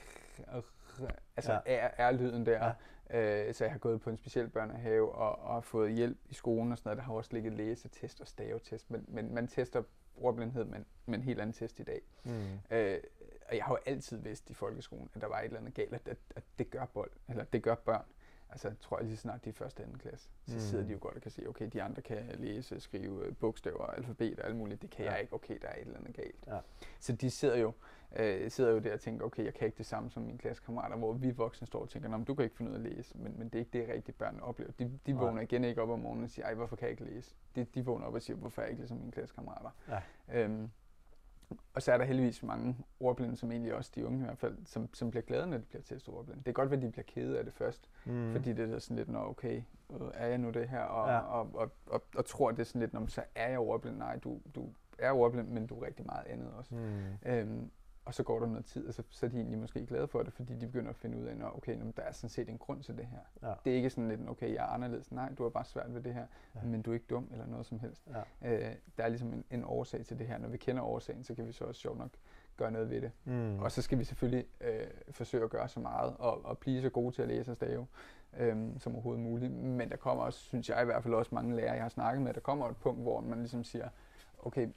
C: altså ja. R-lyden der. Ja. Øh, så jeg har gået på en speciel børnehave og, og fået hjælp i skolen og sådan noget. Der har også ligget læsetest og stavetest. Men, men man tester ordblindhed med, med en helt anden test i dag. Mm. Øh, og jeg har jo altid vidst i folkeskolen, at der var et eller andet galt, at, at, at det gør bold, eller det gør børn. Altså, tror jeg lige snart de er første og anden klasse, så mm. sidder de jo godt og kan se, okay, de andre kan læse, skrive bogstaver, alfabet og alt muligt. Det kan ja. jeg ikke. Okay, der er et eller andet galt. Ja. Så de sidder jo, øh, sidder jo der og tænker, okay, jeg kan ikke det samme som mine klassekammerater, hvor vi voksne står og tænker, du kan ikke finde ud af at læse, men, men det er ikke det, rigtige børn oplever. De, de vågner igen ikke op om morgenen og siger, ej, hvorfor kan jeg ikke læse? De, de vågner op og siger, hvorfor er jeg ikke ligesom mine klassekammerater? Ja. Øhm, Og så er der heldigvis mange ordblinde, som egentlig også de unge i hvert fald, som, som bliver glade, når de bliver testet ordblinde. Det kan godt være, at de bliver kede af det først, mm. fordi det er sådan lidt, nå okay, er jeg nu det her, og, ja. og, og, og, og tror, det er sådan lidt, når så er jeg ordblind. Nej, du, du er ordblind, men du er rigtig meget andet også. Mm. Øhm, og så går der noget tid, og så, så er de egentlig måske glade for det, fordi de begynder at finde ud af, at okay, der er sådan set en grund til det her. Ja. Det er ikke sådan lidt, okay, jeg er anderledes. Nej, du er bare svært ved det her, ja. men du er ikke dum eller noget som helst. Ja. Øh, der er ligesom en, en årsag til det her. Når vi kender årsagen, så kan vi så også sjovt nok gøre noget ved det. Mm. Og så skal vi selvfølgelig øh, forsøge at gøre så meget, og, og blive så gode til at læse og stave, øh, som overhovedet muligt. Men der kommer også, synes jeg i hvert fald også mange lærere, jeg har snakket med, der kommer et punkt, hvor man ligesom siger, okay,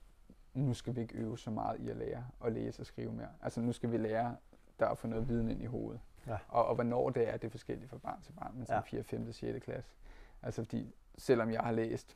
C: nu skal vi ikke øve så meget i at lære at læse og skrive mere. Altså nu skal vi lære der at få noget viden ind i hovedet. Ja. Og, og hvornår det er, det er forskelligt fra barn til barn, men som ja. fjerde, femte, sjette klasse. Altså fordi, selvom jeg har læst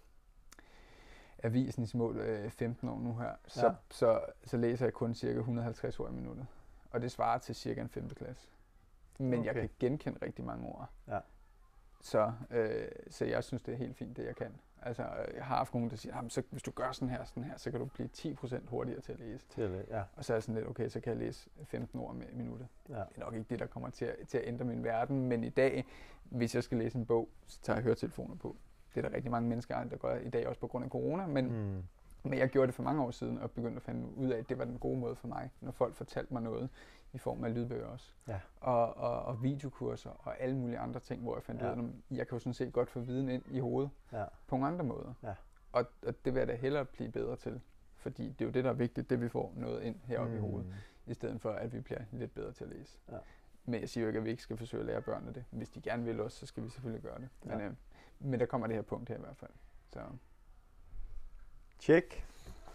C: avisen i små øh, femten år nu her, så, ja. så, så læser jeg kun cirka et hundrede og halvtreds ord i minuttet. Og det svarer til cirka en femte klasse. Men okay. jeg kan genkende rigtig mange ord. Ja. Så, øh, så jeg synes, det er helt fint, det jeg kan. Altså, jeg har haft nogen, der siger, så hvis du gør sådan her, sådan her, så kan du blive ti procent hurtigere til at læse. Til at læse, ja. Og så er jeg sådan lidt, okay, så kan jeg læse femten ord i minuttet. Ja. Det er nok ikke det, der kommer til at, til at ændre min verden, men i dag, hvis jeg skal læse en bog, så tager jeg høretelefoner på. Det er der rigtig mange mennesker, der gør i dag også på grund af corona, men, mm. men jeg gjorde det for mange år siden og begyndte at finde ud af, at det var den gode måde for mig, når folk fortalte mig noget i form af lydbøger også. Ja. Og, og, og videokurser og alle mulige andre ting, hvor jeg fandt ja. ud af, at jeg kan jo sådan set godt få viden ind i hovedet ja. på nogle andre måder. Ja. Og, og det vil jeg da hellere blive bedre til, fordi det er jo det, der er vigtigt, det vi får noget ind heroppe mm. i hovedet, i stedet for at vi bliver lidt bedre til at læse. Ja. Men jeg siger jo ikke, at vi ikke skal forsøge at lære børnene det. Hvis de gerne vil også, så skal vi selvfølgelig gøre det. Ja. Men, øh, men der kommer det her punkt her i hvert fald. Så.
B: Check.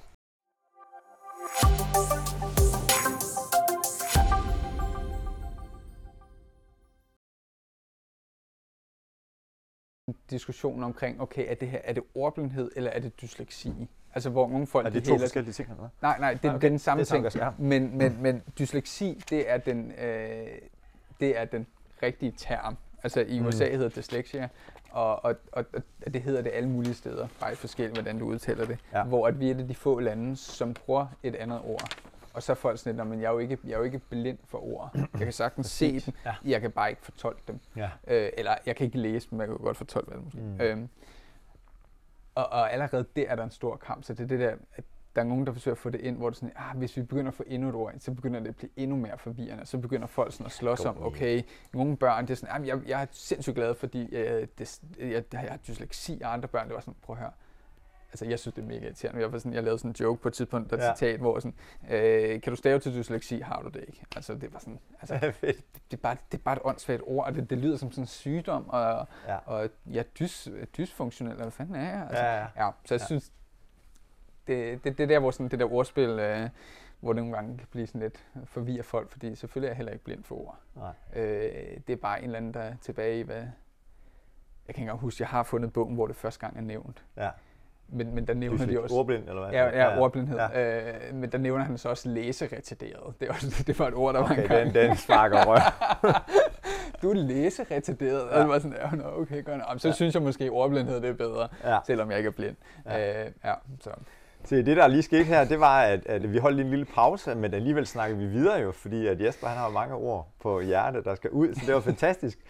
C: Diskussion omkring, okay, er det her er det ordblindhed eller er det dysleksi? Altså hvor nogle folk
B: er det de to heller... forskellige ting eller hvad?
C: Nej, nej, det er ah, okay. den samme det ting. Ja. Men men men dysleksi, det er den øh, det er den rigtige term. Altså i U S A mm. hedder det dyslexia, og, og, og, og det hedder det alle mulige steder, bare forskelligt hvordan du udtaler det. Ja. Hvor at vi er de få lande, som bruger et andet ord. Og så er folk sådan lidt, men jeg er jo ikke, jeg er jo ikke blind for ord. Jeg kan sagtens se dem, ja. jeg kan bare ikke fortolke dem. Ja. Øh, eller jeg kan ikke læse dem, jeg kan godt fortolke dem måske. Mm. Øhm, og, og allerede der er der en stor kamp, så det er det der, at der er nogen, der forsøger at få det ind, hvor det sådan, ah, hvis vi begynder at få endnu et ord ind, så begynder det at blive endnu mere forvirrende. Så begynder folk sådan at slås om, okay, nogle børn, det er sådan, jeg, jeg er sindssygt glad, fordi øh, det, jeg, jeg har dysleksi, og andre børn, det var sådan, prøv at høre. Altså, jeg synes, det er mega irriterende. Jeg, var sådan, jeg lavede sådan en joke på et tidspunkt, der ja. citat, hvor sådan, øh, kan du stave til dysleksi, har du det ikke? Altså, det var sådan, altså, det, det, er bare, det er bare et åndssvagt ord, og det, det lyder som sådan en sygdom, og, ja. og ja, dys, dysfunktionel, eller hvad fanden er jeg? Altså, ja, ja. ja, så jeg ja. synes, det, det, det er der, hvor sådan, det der ordspil, øh, hvor det nogle gange kan blive sådan lidt forvirre folk, fordi selvfølgelig er jeg heller ikke blind for ord. Øh, det er bare en eller anden, der er tilbage i, hvad... Jeg kan ikke engang huske, jeg har fundet bogen, hvor det første gang er nævnt. Ja. Men, men der nævner de også...
B: Ordblind, eller hvad?
C: Ja, ja, ja ordblindhed. Ja. Øh, men der nævner han så også læseretarderet. Det, er også, det var et ord, der
B: okay,
C: var en gang.
B: den, den sparker rør.
C: Du er læseretarderet. Ja. Og det var sådan, ja, no, okay, godt. Jamen, så ja. synes jeg måske, at ordblindhed det er bedre, ja. selvom jeg ikke er blind. Ja. Øh, ja, så.
B: Så det, der lige skete her, det var, at, at vi holdt en lille pause, men alligevel snakkede vi videre jo, fordi at Jesper han har mange ord på hjertet, der skal ud, så det var fantastisk.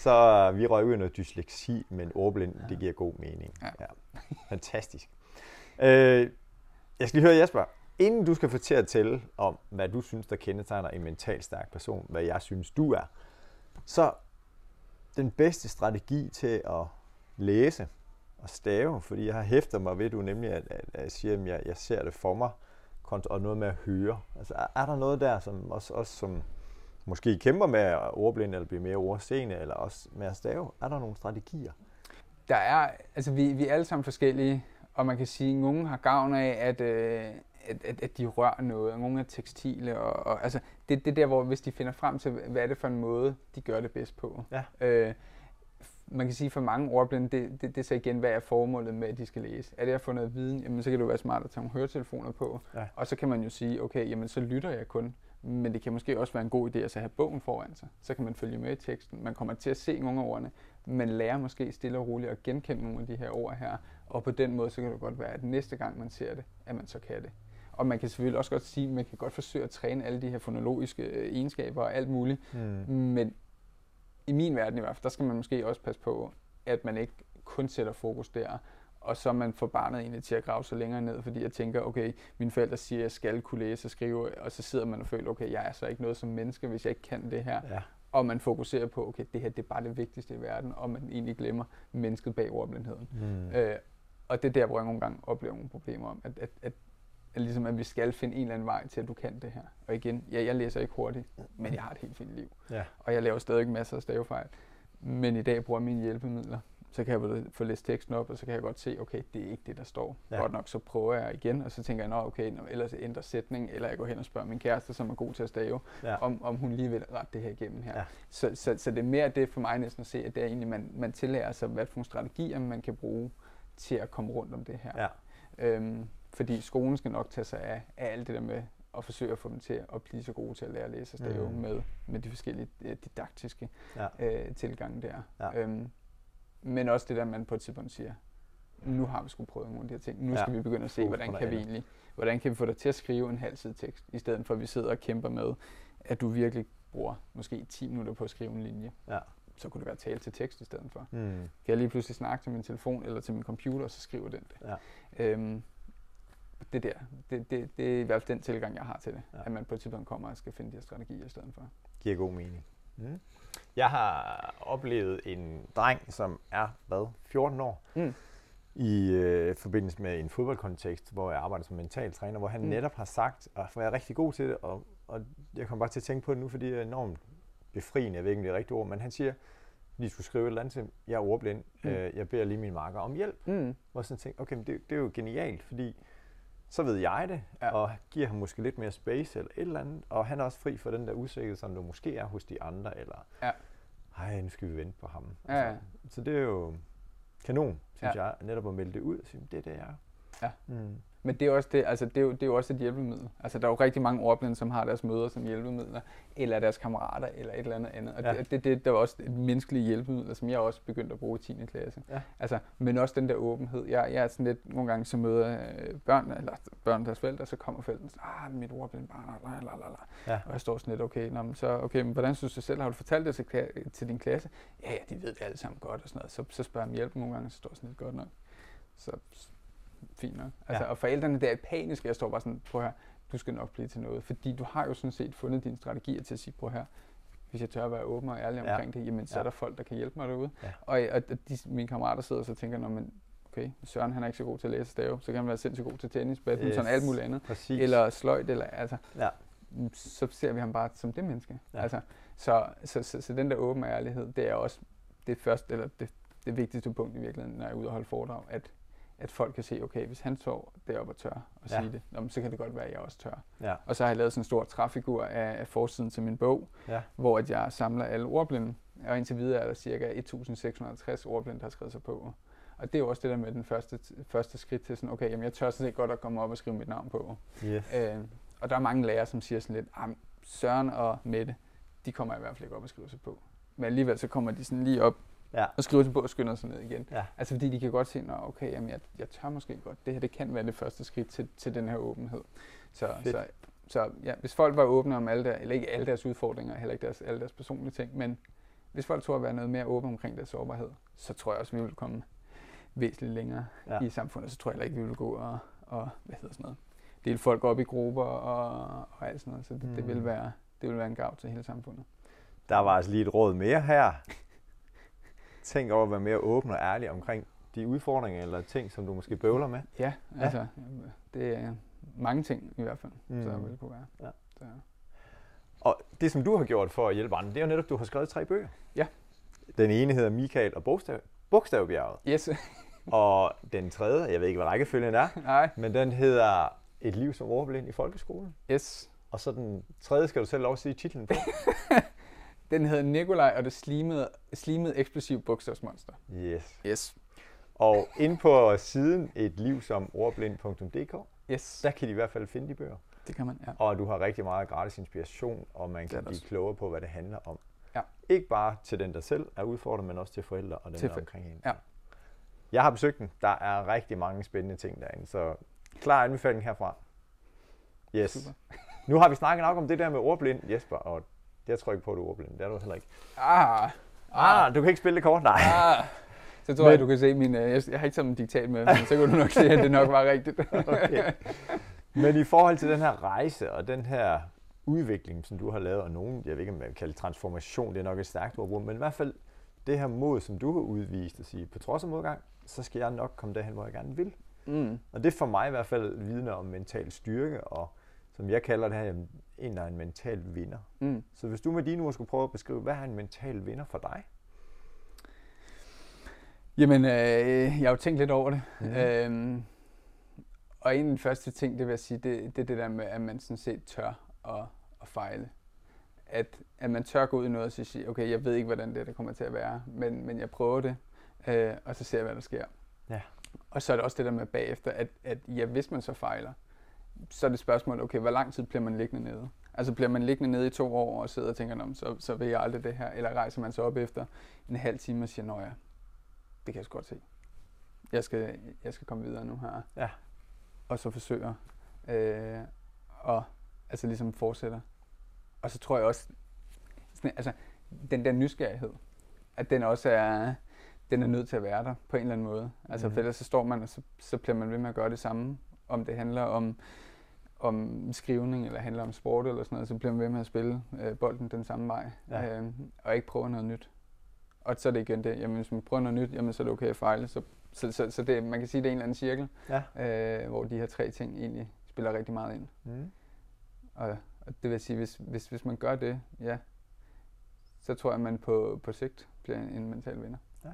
B: Så vi røg ud i noget dysleksi, men ordblind, ja. det giver god mening. Ja. Ja. Fantastisk. Øh, jeg skal lige høre Jesper, inden du skal fortælle til om, hvad du synes, der kendetegner en mentalt stærk person, hvad jeg synes, du er, så den bedste strategi til at læse og stave, fordi jeg har hæftet mig ved, du nemlig, at, at, at jeg siger, at jeg, jeg ser det for mig, og noget med at høre. Altså, er, er der noget der, som også, også som måske kæmper med ordblind, eller bliver mere ordseende, eller også med at stave? Er der nogle strategier?
C: Der er, altså vi, vi er alle sammen forskellige, og man kan sige, at nogen har gavn af, at, øh, at, at, at de rører noget, og nogle er tekstile, og, og altså det, det er der, hvor hvis de finder frem til, hvad er det for en måde, de gør det bedst på.
B: Ja.
C: Øh, man kan sige, for mange ordblinde, det, det, det er så igen, hvad er formålet med, at de skal læse. Er det at få noget viden, jamen så kan det jo være smart at tage nogle høretelefoner på, ja. og så kan man jo sige, okay, jamen så lytter jeg kun. Men det kan måske også være en god idé at så have bogen foran sig. Så kan man følge med i teksten. Man kommer til at se nogle af ordene, men lærer måske stille og roligt at genkende nogle af de her ord her. Og på den måde, så kan det godt være, at næste gang man ser det, at man så kan det. Og man kan selvfølgelig også godt sige, at man kan godt forsøge at træne alle de her fonologiske egenskaber og alt muligt. Mm. Men i min verden i hvert fald, der skal man måske også passe på, at man ikke kun sætter fokus der, og så man får barnet egentlig til at grave sig længere ned, fordi jeg tænker, okay, mine forældre siger, at jeg skal kunne læse og skrive, og så sidder man og føler, okay, jeg er så ikke noget som menneske, hvis jeg ikke kan det her. Ja. Og man fokuserer på, okay, det her det er bare det vigtigste i verden, og man egentlig glemmer mennesket bag ordblindheden. Mm. Øh, og det er der, hvor jeg nogle gange oplever nogle problemer om, at, at, at, at, ligesom, at vi skal finde en eller anden vej til, at du kan det her. Og igen, ja, jeg læser ikke hurtigt, men jeg har et helt fint liv. Ja. Og jeg laver stadig masser af stavefejl. Men i dag bruger jeg mine hjælpemidler. Så kan jeg få læst teksten op, og så kan jeg godt se, okay, det er ikke det, der står. Ja. Godt nok, så prøver jeg igen, og så tænker jeg, nå okay, når ellers jeg ændrer sætning, eller jeg går hen og spørger min kæreste, som er god til at stave, ja. om, om hun lige vil rette det her igennem her. Ja. Så, så, så det er mere det for mig næsten at se, at det er egentlig, man, man tillærer sig, hvad for nogle strategier man kan bruge til at komme rundt om det her. Ja. Øhm, fordi skolen skal nok tage sig af, af alt det der med at forsøge at få dem til at blive så gode til at lære at læse og stave mm. med, med de forskellige didaktiske ja. øh, tilgange der. Ja. Øhm, Men også det der, man på et tidspunkt siger, nu har vi sgu prøvet nogle af de her ting. Nu skal ja. vi begynde at se, hvordan kan vi egentlig, hvordan kan vi få dig til at skrive en halv side tekst, i stedet for at vi sidder og kæmper med, at du virkelig bruger måske ti minutter på at skrive en linje. Ja. Så kunne det være tale til tekst i stedet for. Mm. Kan jeg lige pludselig snakke til min telefon eller til min computer, og så skriver den det. Ja. Øhm, det der, det, det, det er i hvert fald den tilgang, jeg har til det. Ja. At man på et tidspunkt kommer og skal finde de her strategier i stedet for.
B: Giver god mening. Mm. Jeg har oplevet en dreng, som er, hvad, fjorten år, mm. i øh, forbindelse med en fodboldkontekst, hvor jeg arbejder som mental træner, hvor han mm. netop har sagt, og for jeg er rigtig god til det, og, og jeg kommer bare til at tænke på det nu, fordi det er enormt befriende, jeg ved ikke, om det er rigtigt ord, men han siger, lige skulle skrive et eller andet til, jeg er ordblind, mm. øh, jeg beder lige min marker om hjælp. Mm. Hvor sådan tænker, okay, men det, det er jo genialt, fordi så ved jeg det, ja. og giver ham måske lidt mere space eller et eller andet, og han er også fri for den der usikkerhed, som du måske er hos de andre, eller ja. ej, nu skal vi vente på ham. Ja, ja. Altså, så det er jo kanon, synes ja. jeg, netop at melde det ud, og sige, det er det, jeg er.
C: Ja. Mm. Men det er, også det, altså det, er jo, det er jo også et hjælpemiddel. Altså der er jo rigtig mange ordblinde, som har deres møder som hjælpemidler, eller deres kammerater, eller et eller andet andet. Og ja. det, det, det, der er også et menneskeligt hjælpemiddel, som jeg også begyndte at bruge i tiende klasse. Ja. Altså, men også den der åbenhed. Jeg, jeg er sådan lidt, nogle gange så møder børn, eller børn deres forældre, så kommer forældrene sådan, ah, mit ordblinde barn, lalalala. Ja. Og jeg står sådan lidt, okay, nå, så, okay, men hvordan synes du selv, har du fortalt det til, til din klasse? Ja, ja, de ved det alle sammen godt og sådan noget. Så, så spørger jeg om hjælp nogle gange, så står sådan lidt godt nok. Så fint nok. Altså, ja. Og forældrene der er paniske, jeg står bare sådan, prøv her, du skal nok blive til noget. Fordi du har jo sådan set fundet dine strategier til at sige, prøv her, hvis jeg tør at være åben og ærlig omkring ja. det, jamen så ja. er der folk, der kan hjælpe mig derude. Ja. Og, og de, mine kammerater sidder og så tænker, nå, men okay, Søren han er ikke så god til at læse og stave, så kan han være sindssygt god til tennis, badminton, yes. alt muligt andet. Præcis. Eller sløjt, eller altså, ja. så ser vi ham bare som det menneske. Ja. Altså, så, så, så, så den der åben ærlighed, det er også det første, eller det, det vigtigste punkt i virkeligheden, når jeg er ude og holde foredrag, at at folk kan se, okay, hvis han står deroppe og tør og ja. sige det, jamen, så kan det godt være, at jeg også tør. Ja. Og så har jeg lavet sådan en stor træfigur af, af forsiden til min bog, ja. hvor at jeg samler alle ordblinde, og indtil videre er der cirka et tusind seks hundrede og halvtreds ordblinde, der har skrevet sig på. Og det er jo også det der med den første, første skridt til sådan, okay, jamen jeg tør sådan set godt at komme op og skrive mit navn på.
B: Yes.
C: Øh, og der er mange lærere, som siger sådan lidt, Søren og Mette, de kommer i hvert fald ikke op og skrive sig på. Men alligevel så kommer de sådan lige op
B: ja.
C: og skriver sig på og skynder sig ned igen.
B: Ja.
C: Altså fordi de kan godt se, at okay, jamen jeg, jeg tør måske godt. Det her det kan være det første skridt til, til den her åbenhed. Så, så, så ja, hvis folk var åbne om alle der, eller ikke alle deres udfordringer, heller ikke deres, alle deres personlige ting, men hvis folk tror at være noget mere åben omkring deres sårbarhed, så tror jeg også, at vi vil komme væsentligt længere ja. i samfundet. Så tror jeg heller ikke, at vi vil gå og, og hvad hedder sådan noget, dele folk op i grupper og, og alt sådan noget. Så det, mm. det, vil være, det vil være en gavn til hele samfundet.
B: Der var altså lige et råd mere her. Tænk over at være mere åben og ærlig omkring de udfordringer eller ting, som du måske bøvler med.
C: Ja, ja. altså det er mange ting i hvert fald, mm. så vil det kunne være.
B: Ja.
C: Så.
B: Og det, som du har gjort for at hjælpe andre, det er jo netop, at du har skrevet tre bøger.
C: Ja.
B: Den ene hedder Michael og Bogstav, Bogstavbjerget.
C: Yes.
B: Og den tredje, jeg ved ikke, hvad rækkefølgen er,
C: Nej.
B: men den hedder Et liv som ordblind i folkeskolen.
C: Yes.
B: Og så den tredje, skal du selv lov at sige titlen på.
C: Den hedder Nikolaj og det slimede, slimede eksplosiv bogstavsmonster.
B: Yes.
C: Yes.
B: Og inde på siden et liv som ordblind punktum d k,
C: yes.
B: der kan de i hvert fald finde de bøger.
C: Det kan man, ja.
B: Og du har rigtig meget gratis inspiration, og man kan blive klogere på, hvad det handler om.
C: Ja.
B: Ikke bare til den, der selv er udfordret, men også til forældre og dem, der er omkring hende.
C: Ja.
B: Jeg har besøgt den. Der er rigtig mange spændende ting derinde, så klar anbefaling herfra. Yes. Super. Nu har vi snakket nok om det der med ordblind, Jesper, og jeg tror ikke på, at du er ordblind. Det er du heller ikke.
C: Ah, ah.
B: ah du kan ikke spille det kort? Nej.
C: Ah. Så tror men, jeg, du kan se min... Jeg, jeg har ikke taget en diktat med, men så kan du nok se, at det nok var rigtigt.
B: Okay. Men i forhold til den her rejse og den her udvikling, som du har lavet, og nogen, jeg ved ikke, om man kan kalde transformation, det er nok et stærkt ord, men i hvert fald det her mod, som du har udvist at sige, på trods af modgang, så skal jeg nok komme derhen, hvor jeg gerne vil. Mm. Og det for mig i hvert fald vidner om mental styrke, og som jeg kalder det her, en, der er en mental vinder. Mm. Så hvis du med dine ord skulle prøve at beskrive, hvad er en mental vinder for dig?
C: Jamen, øh, jeg har jo tænkt lidt over det. Mm. Øhm, og en af de første ting, det vil jeg sige, det, det er det der med, at man sådan set tør at, at fejle. At, at man tør gå ud i noget og sige, okay, jeg ved ikke, hvordan det der kommer til at være, men, men jeg prøver det, øh, og så ser jeg, hvad der sker.
B: Ja. Og
C: så er det også det der med bagefter, at, at ja, hvis man så fejler, så er det spørgsmål, okay, hvor lang tid bliver man liggende nede? Altså bliver man liggende nede i to år og sidder og tænker, så, så vil jeg aldrig det her, eller rejser man sig op efter en halv time og siger, nå ja, det kan jeg så godt se. Jeg skal, jeg skal komme videre nu her.
B: Ja.
C: Og så forsøger øh, og altså ligesom fortsætter. Og så tror jeg også, sådan, altså den der nysgerrighed, at den også er, den er nødt til at være der på en eller anden måde. Altså mm-hmm. for ellers så står man, og så, så bliver man ved med at gøre det samme. Om det handler om, om skrivning, eller handler om sport eller sådan noget, så bliver man ved med at spille øh, bolden den samme vej. Ja. Øh, og ikke prøve noget nyt. Og så er det igen det, jamen hvis man prøver noget nyt, jamen så er det okay at fejle. Så, så, så, så det, man kan sige, det er en eller anden cirkel, ja. øh, hvor de her tre ting egentlig spiller rigtig meget ind. Mm. Og, og det vil sige, hvis, hvis, hvis man gør det, ja, så tror jeg, at man på, på sigt bliver en, en mental vinder. Ja.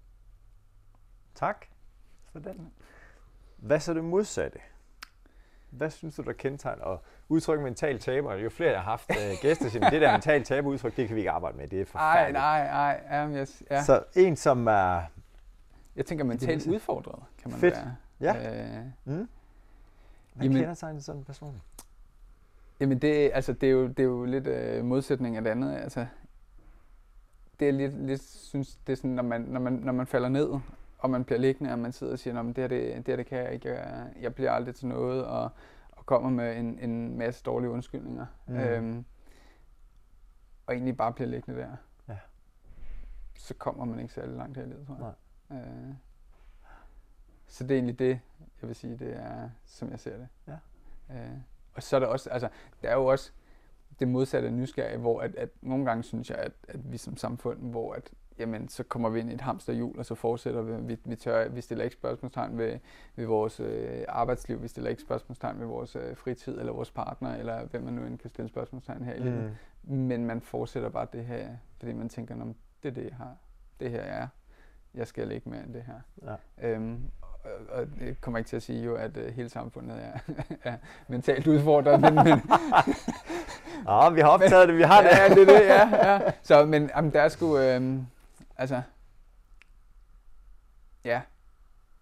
B: Tak for den. Hvad så det modsatte? Hvad synes du, der kendetegner? Og udtrykke mental taber, jo flere jeg har haft øh, gæster, siger, det der mental taber udtryk, det kan vi ikke arbejde med, det er forfærdeligt.
C: Nej, nej, nej. Yes, ja.
B: Så en, som er...
C: Jeg tænker mentalt udfordret, kan man
B: fedt.
C: være.
B: Ja. Øh, mm. Hvad
C: jamen,
B: kendetegner sådan en person?
C: Jamen, det, altså, det, er, jo, det er jo lidt øh, modsætning af det andet. Altså, det er lidt, lidt synes, det er sådan, når man, når, man, når man falder ned, og man bliver liggende, og man sidder og siger, det her, det, det, her, det kan jeg ikke, jeg, jeg bliver aldrig til noget, og, og kommer med en, en masse dårlige undskyldninger. Mm. Øhm, og egentlig bare bliver liggende der. Ja. Så kommer man ikke særlig langt her i livet, tror jeg. Nej. Øh, så det er egentlig det, jeg vil sige, det er, som jeg ser det. Ja. Øh, og så er der også, altså, der er jo også det modsatte af nysgerrige, hvor at, at nogle gange synes jeg, at, at vi som samfund, hvor at jamen, så kommer vi ind i et hamsterhjul, og så fortsætter vi. Vi, vi, tør, vi stiller ikke spørgsmålstegn ved, ved vores øh, arbejdsliv, vi stiller ikke spørgsmålstegn ved vores øh, fritid, eller vores partner, eller hvem man nu end kan stille spørgsmålstegn her i livet. Mm. Men man fortsætter bare det her, fordi man tænker, det er det, jeg har. Det her jeg er. Jeg skal ikke mere end det her. Ja. Øhm, og, og det kommer ikke til at sige jo, at øh, hele samfundet er, er mentalt udfordret, men... men
B: ja, vi har optaget det, vi har det.
C: Ja, det er det, ja. ja. Så, men jamen, der er sgu... Øh, altså... Ja,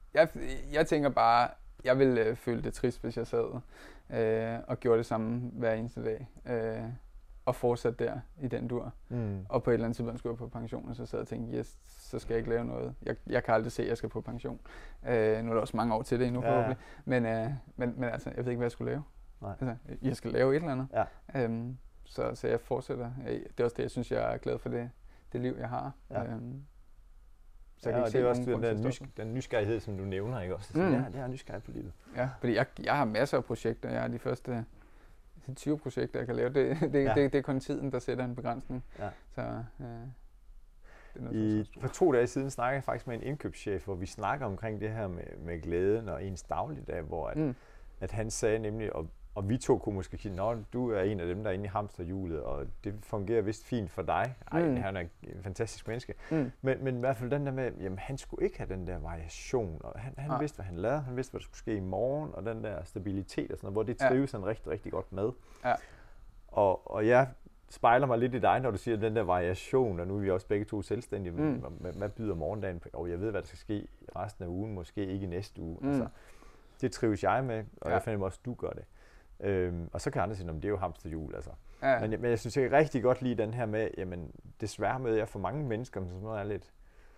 C: jeg, jeg tænker bare, jeg ville øh, føle det trist, hvis jeg sad øh, og gjorde det samme hver eneste dag. Øh, og fortsat der i den dur. Mm. Og på et eller andet tidspunkt skulle jeg på pension, og så sad jeg og tænkte, yes, så skal jeg ikke lave noget. Jeg, jeg kan aldrig se, at jeg skal på pension. Øh, nu er der også mange år til det endnu, ja, forhåbentlig. Men, øh, men, men altså, jeg ved ikke, hvad jeg skulle lave. Nej. Altså, jeg skal lave et eller andet. Ja. Øhm, så, så jeg fortsætter. Det er også det, jeg synes, jeg er glad for det, det liv, jeg har. Ja. Øhm,
B: så ja, jeg kan ikke det er også den, den, nysk- den nysgerrighed, som du nævner, ikke også? Mm. Ja, det er nysgerrig på livet.
C: Ja, fordi jeg, jeg har masser af projekter. Jeg har de første tyve projekter, jeg kan lave. Det, det, ja. det, det er kun tiden, der sætter en begrænsning. Ja. Så, øh, det er
B: I, for to dage siden snakkede jeg faktisk med en indkøbschef, hvor vi snakker omkring det her med, med glæden og ens dagligdag, hvor at, mm. at han sagde nemlig, og, og vi to kunne måske sige, nå, du er en af dem, der er inde i hamsterhjulet, og det fungerer vist fint for dig. Ej, mm. han er en fantastisk menneske. Mm. Men, men i hvert fald den der med, jamen han skulle ikke have den der variation, og han, han vidste, hvad han lavede, han vidste, hvad der skulle ske i morgen, og den der stabilitet og sådan noget, hvor det trives ja. han rigtig, rigtig godt med. Ja. Og, og jeg spejler mig lidt i dig, når du siger den der variation, og nu er vi også begge to selvstændige, mm. hvad, hvad byder morgendagen på? Og jeg ved, hvad der skal ske resten af ugen, måske ikke i næste uge. Mm. Altså, det trives jeg med, og ja. jeg finder også, at du gør det. Øhm, og så kan andre sige, at det er jo hamsterhjul. Altså. Ja. Men, men jeg synes, jeg kan rigtig godt lide den her med, jamen desværre med jeg for mange mennesker, som er lidt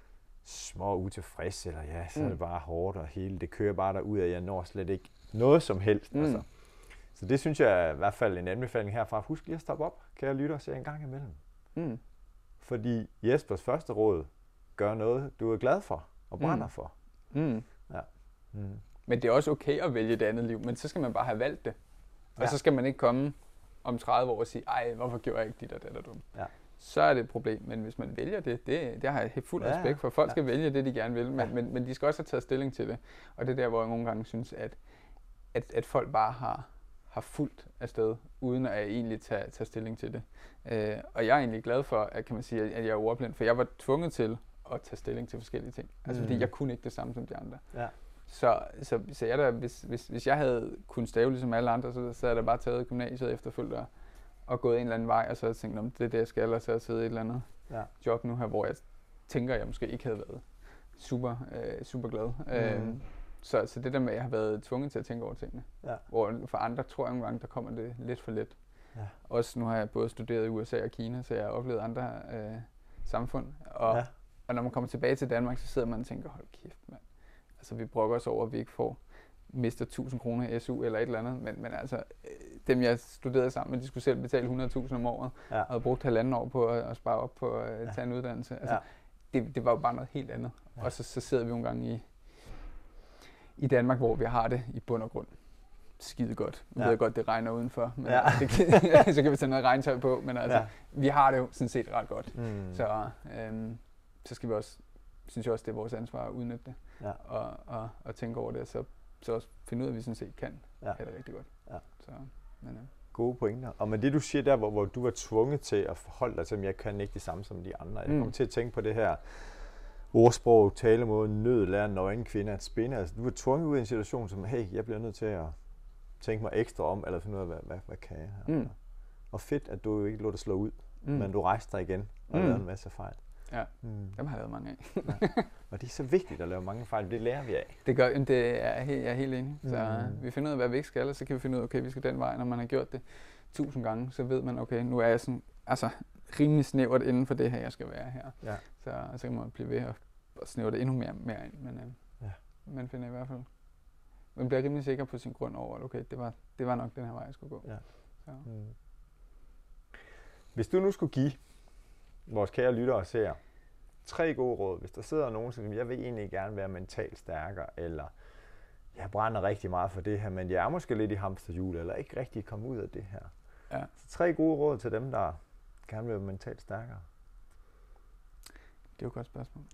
B: små utilfredse, eller ja, så mm. er det bare hårdt, og hele det kører bare derud, og jeg når slet ikke noget som helst. Mm. Altså. Så det synes jeg er i hvert fald en anbefaling herfra. Husk lige at stoppe op, kære lytter, og se en gang imellem. Mm. Fordi Jespers første råd, gør noget, du er glad for og brænder mm. for. Mm. Ja.
C: Mm. Men det er også okay at vælge et andet liv, men så skal man bare have valgt det. Og ja. så skal man ikke komme om tredive år og sige, ej, hvorfor gjorde jeg ikke dit og det og dumt. Ja. Så er det et problem, men hvis man vælger det, det, det har jeg helt fuld respekt ja, for. Folk ja. skal vælge det, de gerne vil, men, ja. men, men de skal også have taget stilling til det. Og det er der, hvor jeg nogle gange synes, at, at, at folk bare har, har fulgt afsted, uden at egentlig tage, tage stilling til det. Øh, og jeg er egentlig glad for, at, kan man sige, at jeg er ordblind, for jeg var tvunget til at tage stilling til forskellige ting. Altså mm. fordi jeg kunne ikke det samme som de andre. Ja. Så, så, så jeg der, hvis, hvis, hvis jeg havde kunnet stave ligesom alle andre, så, så havde jeg da bare taget gymnasiet efterfølgende og, og gået en eller anden vej, og så havde jeg tænkt, om det er det, jeg skal, eller så havde jeg siddet i et eller andet ja. job nu her, hvor jeg tænker, jeg måske ikke havde været super, øh, super glad. Mm. Øh, så, så det der med, at jeg har været tvunget til at tænke over tingene. Ja. Hvor for andre tror jeg nogle gange, der kommer det lidt for let. Ja. Også nu har jeg både studeret i U S A og Kina, så jeg har oplevet andre øh, samfund. Og, ja. og når man kommer tilbage til Danmark, så sidder man og tænker, hold kæft, mand. Altså, vi brokker os over, at vi ikke får mister tusind kroner i S U eller et eller andet, men, men altså, dem jeg studerede sammen med, de skulle selv betale hundrede tusind om året, ja. og havde brugt halvanden år på at, at spare op på at ja. tage en uddannelse. Altså, ja. det, det var jo bare noget helt andet. Ja. Og så, så sidder vi nogle gange i, i Danmark, hvor vi har det i bund og grund skide godt. Jeg ja. ved godt, det regner udenfor, men ja. det, så kan vi tage noget regntøj på, men altså, ja. vi har det jo sådan set ret godt. Mm. Så, øhm, så skal vi også, synes jeg også, det er vores ansvar at udnytte det. Ja. Og, og, og tænke over det, så, så også finde ud af, at vi sådan set kan. Ja. Er det rigtig godt. Ja. Så, men, ja.
B: Gode pointer. Og med det, du siger der, hvor, hvor du var tvunget til at forholde dig til, at jeg kan ikke det samme som de andre. Jeg kommer mm. til at tænke på det her ordsprog, talemåde, nød, lære nøgen kvinde at spinde. Altså, du var tvunget ud i en situation, som, hey, jeg bliver nødt til at tænke mig ekstra om, eller finde ud af, hvad, hvad, hvad kan jeg her. Mm. Og fedt, at du ikke lå dig slå ud, mm. men du rejste dig igen og mm. lavede en masse fejl.
C: Ja, mm. dem har jeg lavet mange af.
B: Ja. Og det er så vigtigt at lave mange fejl, det lærer vi af.
C: Det gør, det er helt, jeg er helt enig. Så mm. vi finder ud af, hvad vi ikke skal, og så kan vi finde ud af, okay, vi skal den vej. Når man har gjort det tusind gange, så ved man, okay, nu er jeg sådan, altså rimelig snævert inden for det her, jeg skal være her. Ja. Så, så kan man blive ved at, at snævre det endnu mere, mere ind. Men øh, ja. man finder i hvert fald, man bliver rimelig sikker på sin grund over, at okay, det var, det var nok den her vej, jeg skulle gå. Ja. Så. Mm.
B: Hvis du nu skulle give vores kære lyttere og seere tre gode råd, hvis der sidder nogen, som jeg vil egentlig gerne være mentalt stærkere, eller jeg brænder rigtig meget for det her, men jeg er måske lidt i hamsterhjul, eller ikke rigtig kommet ud af det her. Ja. Så tre gode råd til dem, der gerne vil være mentalt stærkere.
C: Det er jo et godt spørgsmål.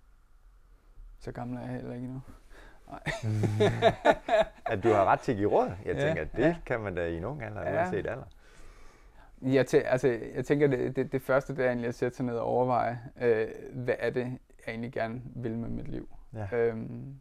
C: Så gammel er jeg heller ikke endnu. Nej.
B: At du har ret til at give råd? Jeg tænker, ja, at det ja. kan man da i nogen alder, ja. uanset alder.
C: Jeg, tæ- altså, jeg tænker, det, det, det første, det er egentlig at sætte sig ned og overveje, øh, hvad er det, jeg egentlig gerne vil med mit liv. Ja. Øhm,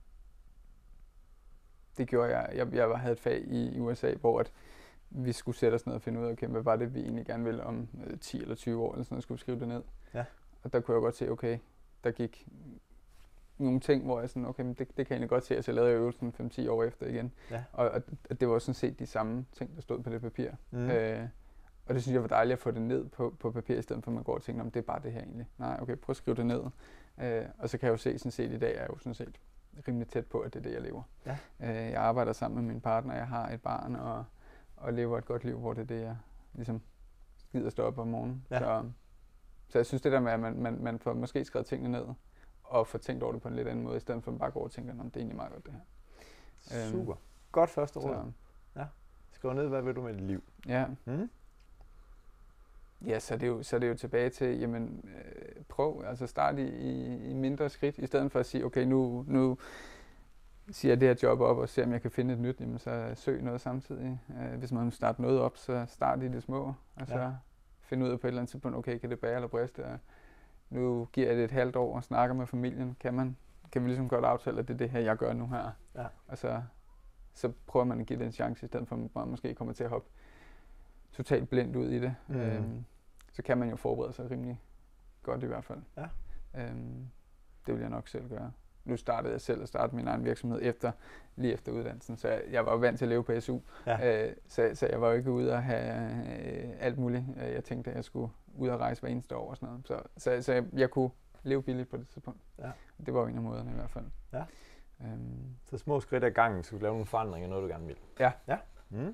C: det gjorde jeg. jeg. Jeg havde et fag i U S A, hvor at vi skulle sætte os ned og finde ud af, okay, hvad var det, vi egentlig gerne ville om øh, ti eller tyve år, eller sådan noget, skulle vi skrive det ned. Ja. Og der kunne jeg godt se, okay, der gik nogle ting, hvor jeg sådan, okay, men det, det kan jeg egentlig godt se, at jeg lavede øvelsen fem til ti år efter igen.
B: Ja.
C: Og, og, og det var sådan set de samme ting, der stod på det papir.
B: Mm.
C: Øh, og det synes jeg var dejligt at få det ned på, på papir, i stedet for at man går og tænker, om det er bare det her egentlig. Nej, okay, prøv at skrive det ned. Øh, og så kan jeg jo se, sådan set i dag er jeg jo sådan set rimelig tæt på, at det er det, jeg lever.
B: Ja.
C: Øh, jeg arbejder sammen med min partner, jeg har et barn, og, og lever et godt liv, hvor det er det, jeg ligesom gider stå op om morgenen.
B: Ja.
C: Så, så jeg synes det der med, at man, man, man får måske skrevet tingene ned, og får tænkt over det på en lidt anden måde, i stedet for at man bare går og tænker, det er egentlig meget godt det her.
B: Super. Øhm, godt første råd.
C: Så,
B: ja. Skriv ned, hvad vil du med dit liv?
C: Ja.
B: Mm.
C: Ja, så er, det jo, så er det jo tilbage til, jamen øh, prøv, altså start i, i, i mindre skridt, i stedet for at sige, okay, nu, nu siger jeg det her job op og ser, om jeg kan finde et nyt, jamen så søg noget samtidig. Øh, hvis man vil starte noget op, så start i det små, og så ja. Find ud af på et eller andet tidspunkt, okay, kan det bære eller briste? Og nu giver jeg det et halvt år og snakker med familien, kan man, kan vi ligesom godt aftale, at det er det her, jeg gør nu her.
B: Ja.
C: Og så, så prøver man at give det en chance, i stedet for at man måske kommer til at hoppe totalt blind ud i det. Mm. Øhm, så kan man jo forberede sig rimelig godt i hvert fald.
B: Ja.
C: Øhm, det vil jeg nok selv gøre. Nu startede jeg selv at starte min egen virksomhed efter, lige efter uddannelsen, så jeg, jeg var vant til at leve på S U. Ja. Øh, så, så jeg var jo ikke ude og have øh, alt muligt. Jeg tænkte, at jeg skulle ud og rejse hver eneste år og sådan noget. Så, så, så jeg, jeg kunne leve billigt på det tidspunkt. Ja. Det var jo en af måderne i hvert fald.
B: Ja.
C: Øhm.
B: Så små skridt ad gangen, så du lave nogle forandringer, noget du gerne vil.
C: Ja.
B: Ja. Mm.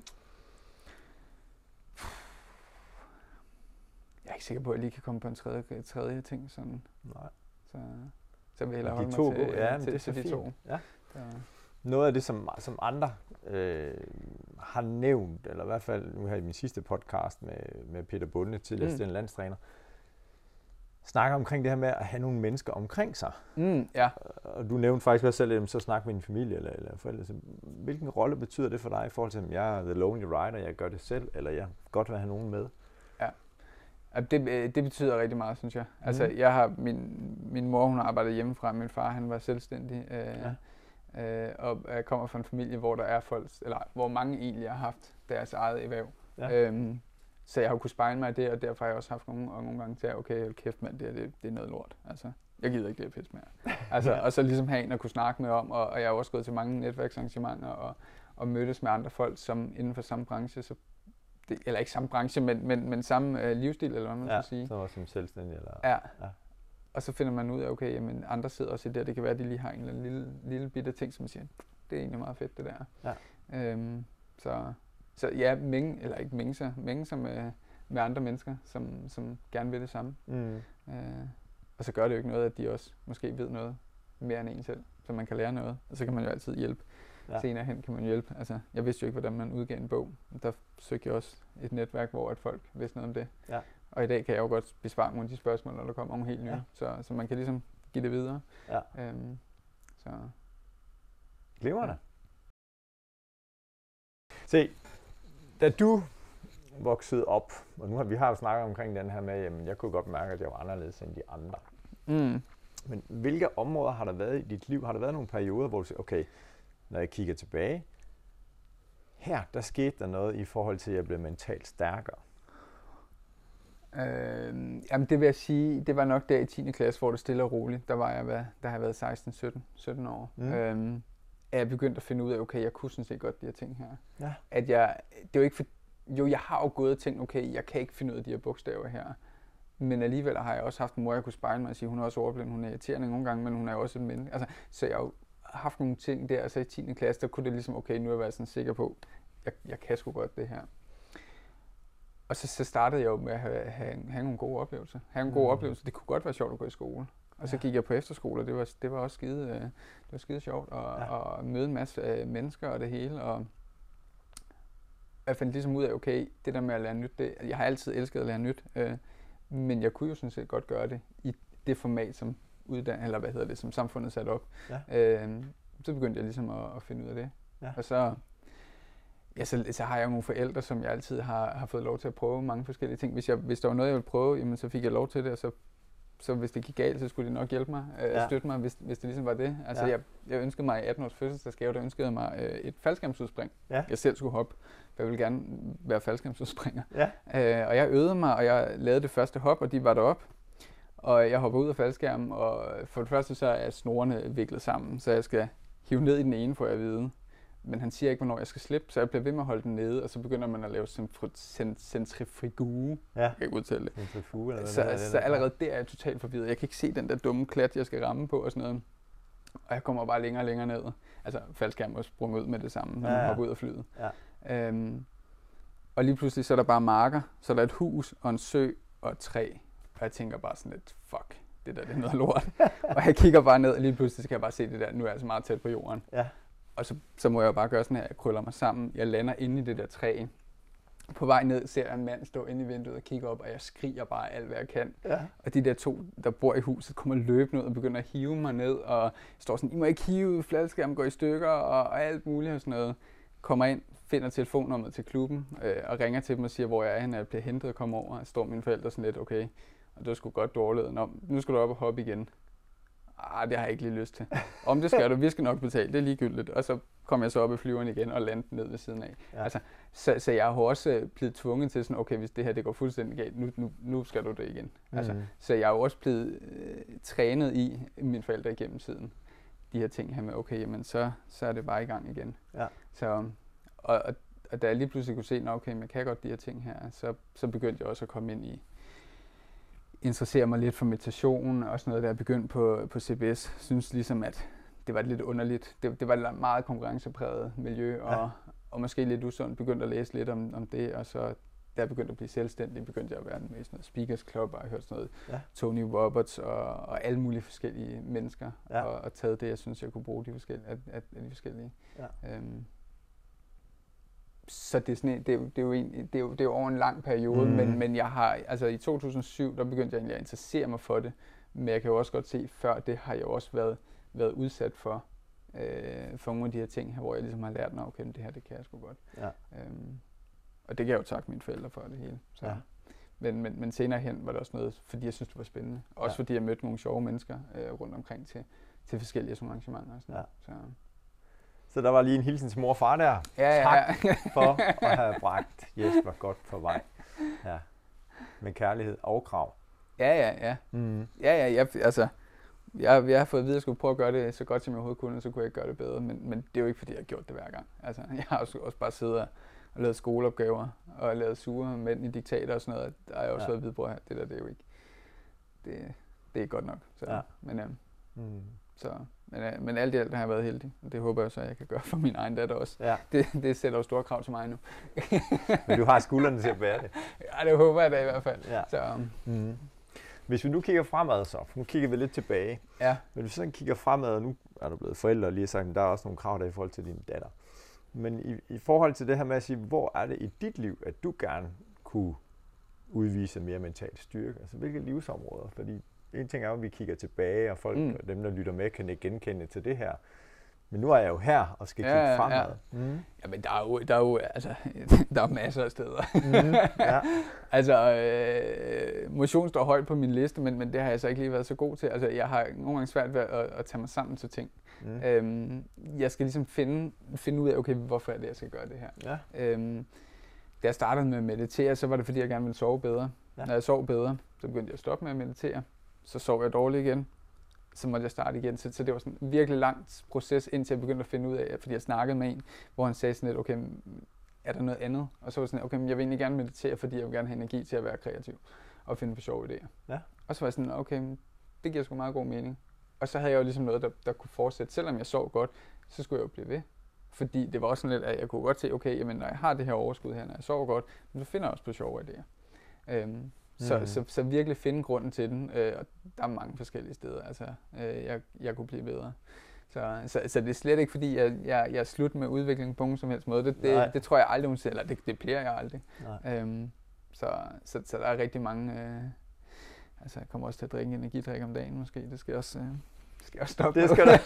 C: Jeg er ikke sikker på, at jeg lige kan komme på en tredje, tredje ting. Sådan.
B: Nej.
C: Så, så vil jeg hellere holde
B: de to
C: mig til,
B: ja,
C: til,
B: det
C: til de
B: fint.
C: to.
B: Ja.
C: Så.
B: Noget af det, som, som andre øh, har nævnt, eller i hvert fald nu her i min sidste podcast med, med Peter Bunde, tidligere mm. landstræner, snakker omkring det her med at have nogle mennesker omkring sig.
C: Mm, ja.
B: Og du nævnte faktisk også selv, at så snak med din familie eller, eller forældre. Så hvilken rolle betyder det for dig i forhold til, at jeg er the lonely rider, jeg gør det selv, eller jeg godt vil have nogen med?
C: Ja. Det, det betyder rigtig meget, synes jeg. Mm. Altså, jeg har min, min mor, hun har arbejdet hjemmefra, min far, han var selvstændig. Øh, ja. Øh, og jeg kommer fra en familie, hvor der er folk, eller hvor mange egentlig har haft deres eget erhverv. Ja. Øhm, så jeg har kunnet spejle mig i det, og derfor har jeg også haft nogle, og nogle gange til at, okay, hold kæft mand, det, det, det er noget lort. Altså, jeg gider ikke det her pis mere. Altså, ja. Og så ligesom have en at kunne snakke med om, og, og jeg har også gået til mange netværksarrangementer og, og mødtes med andre folk, som inden for samme branche, så det, eller ikke samme branche, men, men, men samme øh, livsstil, eller hvad man
B: ja,
C: skal sige.
B: Ja, så også som selvstændig. Eller,
C: ja.
B: ja.
C: Og så finder man ud af, okay, jamen andre sidder også i det, det kan være, at de lige har en eller anden lille, lille bitte ting, som man siger, det er egentlig meget fedt, det der. Ja. Øhm, så, så ja, mæng, eller ikke mænge sig, mænge sig med, med andre mennesker, som, som gerne vil det samme. Mm. Øh, og så gør det jo ikke noget, at de også måske ved noget mere end en selv, så man kan lære noget, og så kan man jo altid hjælpe. Ja. Senere hen kan man hjælpe. Altså, jeg vidste jo ikke, hvordan man udgav en bog. Der søgte jeg også et netværk, hvor at folk vidste noget om det. Ja. Og i dag kan jeg jo godt besvare nogle af de spørgsmål, når der kommer nogle helt nye. Ja. Så, så man kan ligesom give det videre. Ja. Øhm, så.
B: Glimrende. Ja. Se, da du voksede op, og nu har vi har jo snakket omkring den her med, jamen jeg kunne godt mærke, at jeg var anderledes end de andre. Mm. Men hvilke områder har der været i dit liv? Har der været nogle perioder, hvor du siger, okay, når jeg kigger tilbage, her, der skete der noget i forhold til, at jeg blev mentalt stærkere?
C: Øh, jamen det vil jeg sige, det var nok der i tiende klasse, hvor det stille og roligt, der var jeg, hvad, der har jeg været seksten sytten år, mm. øhm, at jeg begyndte at finde ud af, okay, jeg kunne sådan set godt de her ting her. Ja. At jeg, det er jo ikke for, jo, jeg har jo gået og tænkt, okay, jeg kan ikke finde ud af de her bogstaver her, men alligevel har jeg også haft en mor, jeg kunne spejle mig og sige, hun er også overblind, hun er irriterende nogle gange, men hun er også et menneske. Altså, så jeg har jo haft nogle ting der, og så i tiende klasse, der kunne det ligesom, okay, nu er jeg været sådan sikker på, jeg, jeg kan sgu godt det her. Og så, så startede jeg jo med at have, have, have nogle gode oplevelser. Have en god mm. oplevelse. Det kunne godt være sjovt at gå i skole. Og ja. Så gik jeg på efterskole, og det var, det var også skide, det var skide sjovt at, ja. at møde en masse mennesker og det hele. Og jeg fandt ligesom ud af, okay, det der med at lære nyt, det, jeg har altid elsket at lære nyt, øh, men jeg kunne jo sådan set godt gøre det i det format, som uddann- eller hvad hedder det, som samfundet sat op. Ja. Øh, så begyndte jeg ligesom at, at finde ud af det. Ja. Og så Ja, så, så har jeg jo nogle forældre, som jeg altid har, har fået lov til at prøve mange forskellige ting. Hvis, jeg, hvis der var noget, jeg ville prøve, jamen, så fik jeg lov til det, og så, så hvis det gik galt, så skulle de nok hjælpe mig, øh, ja. støtte mig, hvis, hvis det ligesom var det. Altså, ja. jeg, jeg ønskede mig i atten års fødselsdagsgave, der ønskede mig øh, et faldskærmsudspring. Ja. Jeg selv skulle hoppe, for jeg ville gerne være faldskærmsudspringer. Ja. Øh, og jeg øvede mig, og jeg lavede det første hop, og de var deroppe. Og jeg hopper ud af faldskærmen, og for det første så er snorene viklet sammen, så jeg skal hive ned i den ene, får jeg at vide. Men han siger ikke, hvornår jeg skal slippe, så jeg bliver ved med at holde den nede, og så begynder man at lave centrifuge.
B: Ja.
C: Jeg kan ikke udtale det.
B: Centrifuge, eller
C: så,
B: hvad
C: så, så allerede der er jeg totalt forvirret. Jeg kan ikke se den der dumme klat, jeg skal ramme på og sådan noget. Og jeg kommer bare længere og længere ned. Altså faldskærmen er sprunget ud med det samme, når
B: ja,
C: man
B: ja.
C: hopper ud af flyet.
B: Ja.
C: Øhm, og lige pludselig så er der bare marker, så der er et hus og en sø og et træ. Og jeg tænker bare sådan lidt, fuck, det der det er noget lort. Og jeg kigger bare ned, og lige pludselig så kan jeg bare se det der, nu er jeg så meget tæt på jorden.
B: Ja.
C: Og så, så må jeg jo bare gøre sådan her, jeg krøller mig sammen, jeg lander inde i det der træ. På vej ned ser jeg en mand stå inde i vinduet og kigge op, og jeg skriger bare alt, hvad jeg kan.
B: Ja.
C: Og de der to, der bor i huset, kommer løbende ud og begynder at hive mig ned, og står sådan, I må ikke hive, fladskærmen går i stykker, og, og alt muligt og sådan noget. Kommer ind, finder telefonnummeret til klubben, øh, og ringer til dem og siger, hvor jeg er henne, jeg bliver hentet og kommer over. Og står mine forældre sådan lidt, okay, og det var sgu godt, du overlevede. Nå, nu skal du op og hoppe igen. Ah, det har jeg ikke lige lyst til. Om det skal du, vi skal nok betale, det er ligegyldigt. Og så kom jeg så op i flyveren igen og landede ned ved siden af. Ja. Altså, så, så jeg har også blevet tvunget til sådan, okay, hvis det her det går fuldstændig galt, nu, nu, nu skal du det igen. Mm. Altså, så jeg har jo også blevet øh, trænet i mine forældre igennem tiden. De her ting her med, okay, jamen så, så er det bare i gang igen. Ja. Så, og, og, og da jeg lige pludselig kunne se, at okay, jeg kan godt de her ting her, så, så begyndte jeg også at komme ind i interesserer mig lidt for meditation og sådan noget, da jeg begyndte på, på C B S. Synes ligesom, at det var lidt underligt. Det, det var et meget konkurrencepræget miljø, og, ja. og måske lidt usundt. Begyndte at læse lidt om, om det, og så da jeg begyndte at blive selvstændig, begyndte jeg at være med i sådan noget Speakers Club, og jeg hørte sådan noget ja. Tony Roberts og, og alle mulige forskellige mennesker, ja. og, og taget det, jeg synes, jeg kunne bruge de forskellige, af, af, af de forskellige. Ja. Øhm, Så det er, sådan, det, er jo, det, er jo en, det, er jo, det er jo over en lang periode, mm. men, men jeg har, altså i to tusind og syv, der begyndte jeg egentlig at interessere mig for det, men jeg kan jo også godt se, før det har jeg jo også været, været udsat for, øh, for nogle af de her ting her, hvor jeg ligesom har lært, at okay, det her, det kan jeg sgu godt. Ja. Øhm, og det kan jeg jo takke mine forældre for det hele. Så. Ja. Men, men, men senere hen var det også noget, fordi jeg synes, det var spændende. Også ja. fordi jeg mødte nogle sjove mennesker øh, rundt omkring til, til forskellige sådan arrangementer og sådan ja. Så.
B: Så der var lige en hilsen til mor og far der.
C: Ja, ja,
B: tak ja. for at have bragt Jesper godt på vej. Ja. Med kærlighed og krav.
C: Ja, ja, ja. Mm. Ja, ja, jeg, altså, jeg, jeg har fået at vide, at jeg skulle prøve at gøre det så godt, som jeg overhovedet kunne, så kunne jeg ikke gøre det bedre. Men, men det er jo ikke, fordi jeg har gjort det hver gang. Altså, jeg har også, også bare siddet og lavet skoleopgaver og lavet sure mænd i diktater og sådan noget. Der har jeg også ja. været videre her. Det der, det er jo ikke, det, det er ikke godt nok. Så, ja. Men, øhm, mm. så, men, øh, men alt i alt har jeg været heldig, og det håber jeg så, at jeg kan gøre for min egen datter også. Ja. Det, det sætter jo store krav til mig nu.
B: Men du har skuldrene til at bære det.
C: Ja, det håber jeg da i hvert fald. Ja. Så, um,
B: mm. Hvis vi nu kigger fremad så, nu kigger vi lidt tilbage. Ja. Men hvis vi sådan kigger fremad, nu er du blevet forældre og lige sagt, at der er også nogle krav der i forhold til din datter. Men i, i forhold til det her med at sige, hvor er det i dit liv, at du gerne kunne udvise mere mental styrke? Altså hvilke livsområder? Fordi en ting er jo, at vi kigger tilbage, og folk, mm. og dem der lytter med, kan ikke genkende til det her. Men nu er jeg jo her og skal kigge ja, fremad.
C: Ja. Mm. Jamen der er jo, der er jo altså, der er masser af steder. Mm. Ja. altså øh, motion står højt på min liste, men, men det har jeg så ikke lige været så god til. Altså jeg har nogle gange svært ved at, at tage mig sammen til ting. Mm. Øhm, jeg skal ligesom finde, finde ud af, okay, hvorfor er det, jeg skal gøre det her. Ja. Øhm, da jeg startede med at meditere, så var det fordi, jeg gerne ville sove bedre. Ja. Når jeg sov bedre, så begyndte jeg at stoppe med at meditere. Så sov jeg dårligt igen. Så måtte jeg starte igen. Så, så det var sådan en virkelig langt proces, indtil jeg begyndte at finde ud af, fordi jeg snakkede med en, hvor han sagde sådan lidt, okay, er der noget andet? Og så var det sådan, okay, jeg vil egentlig gerne meditere, fordi jeg vil gerne have energi til at være kreativ og finde på sjove idéer. Ja. Og så var jeg sådan, okay, det giver sgu meget god mening. Og så havde jeg jo ligesom noget, der, der kunne fortsætte. Selvom jeg sov godt, så skulle jeg jo blive ved. Fordi det var også sådan lidt, at jeg kunne godt se, okay, jamen, når jeg har det her overskud her, når jeg sover godt, så finder jeg også på sjove idéer. Øhm, Så, mm. så, så virkelig finde grunden til den, øh, og der er mange forskellige steder, altså øh, jeg, jeg kunne blive bedre. Så, så, så det er slet ikke fordi, jeg, jeg, jeg er slut med udviklingen på nogen som helst måde. Det, det, det tror jeg aldrig, hun selv, eller det, det bliver jeg aldrig. Øhm, så, så, så der er rigtig mange, øh, altså jeg kommer også til at drikke energidrik om dagen måske, det skal også, øh, det skal også stoppe.
B: Det skal du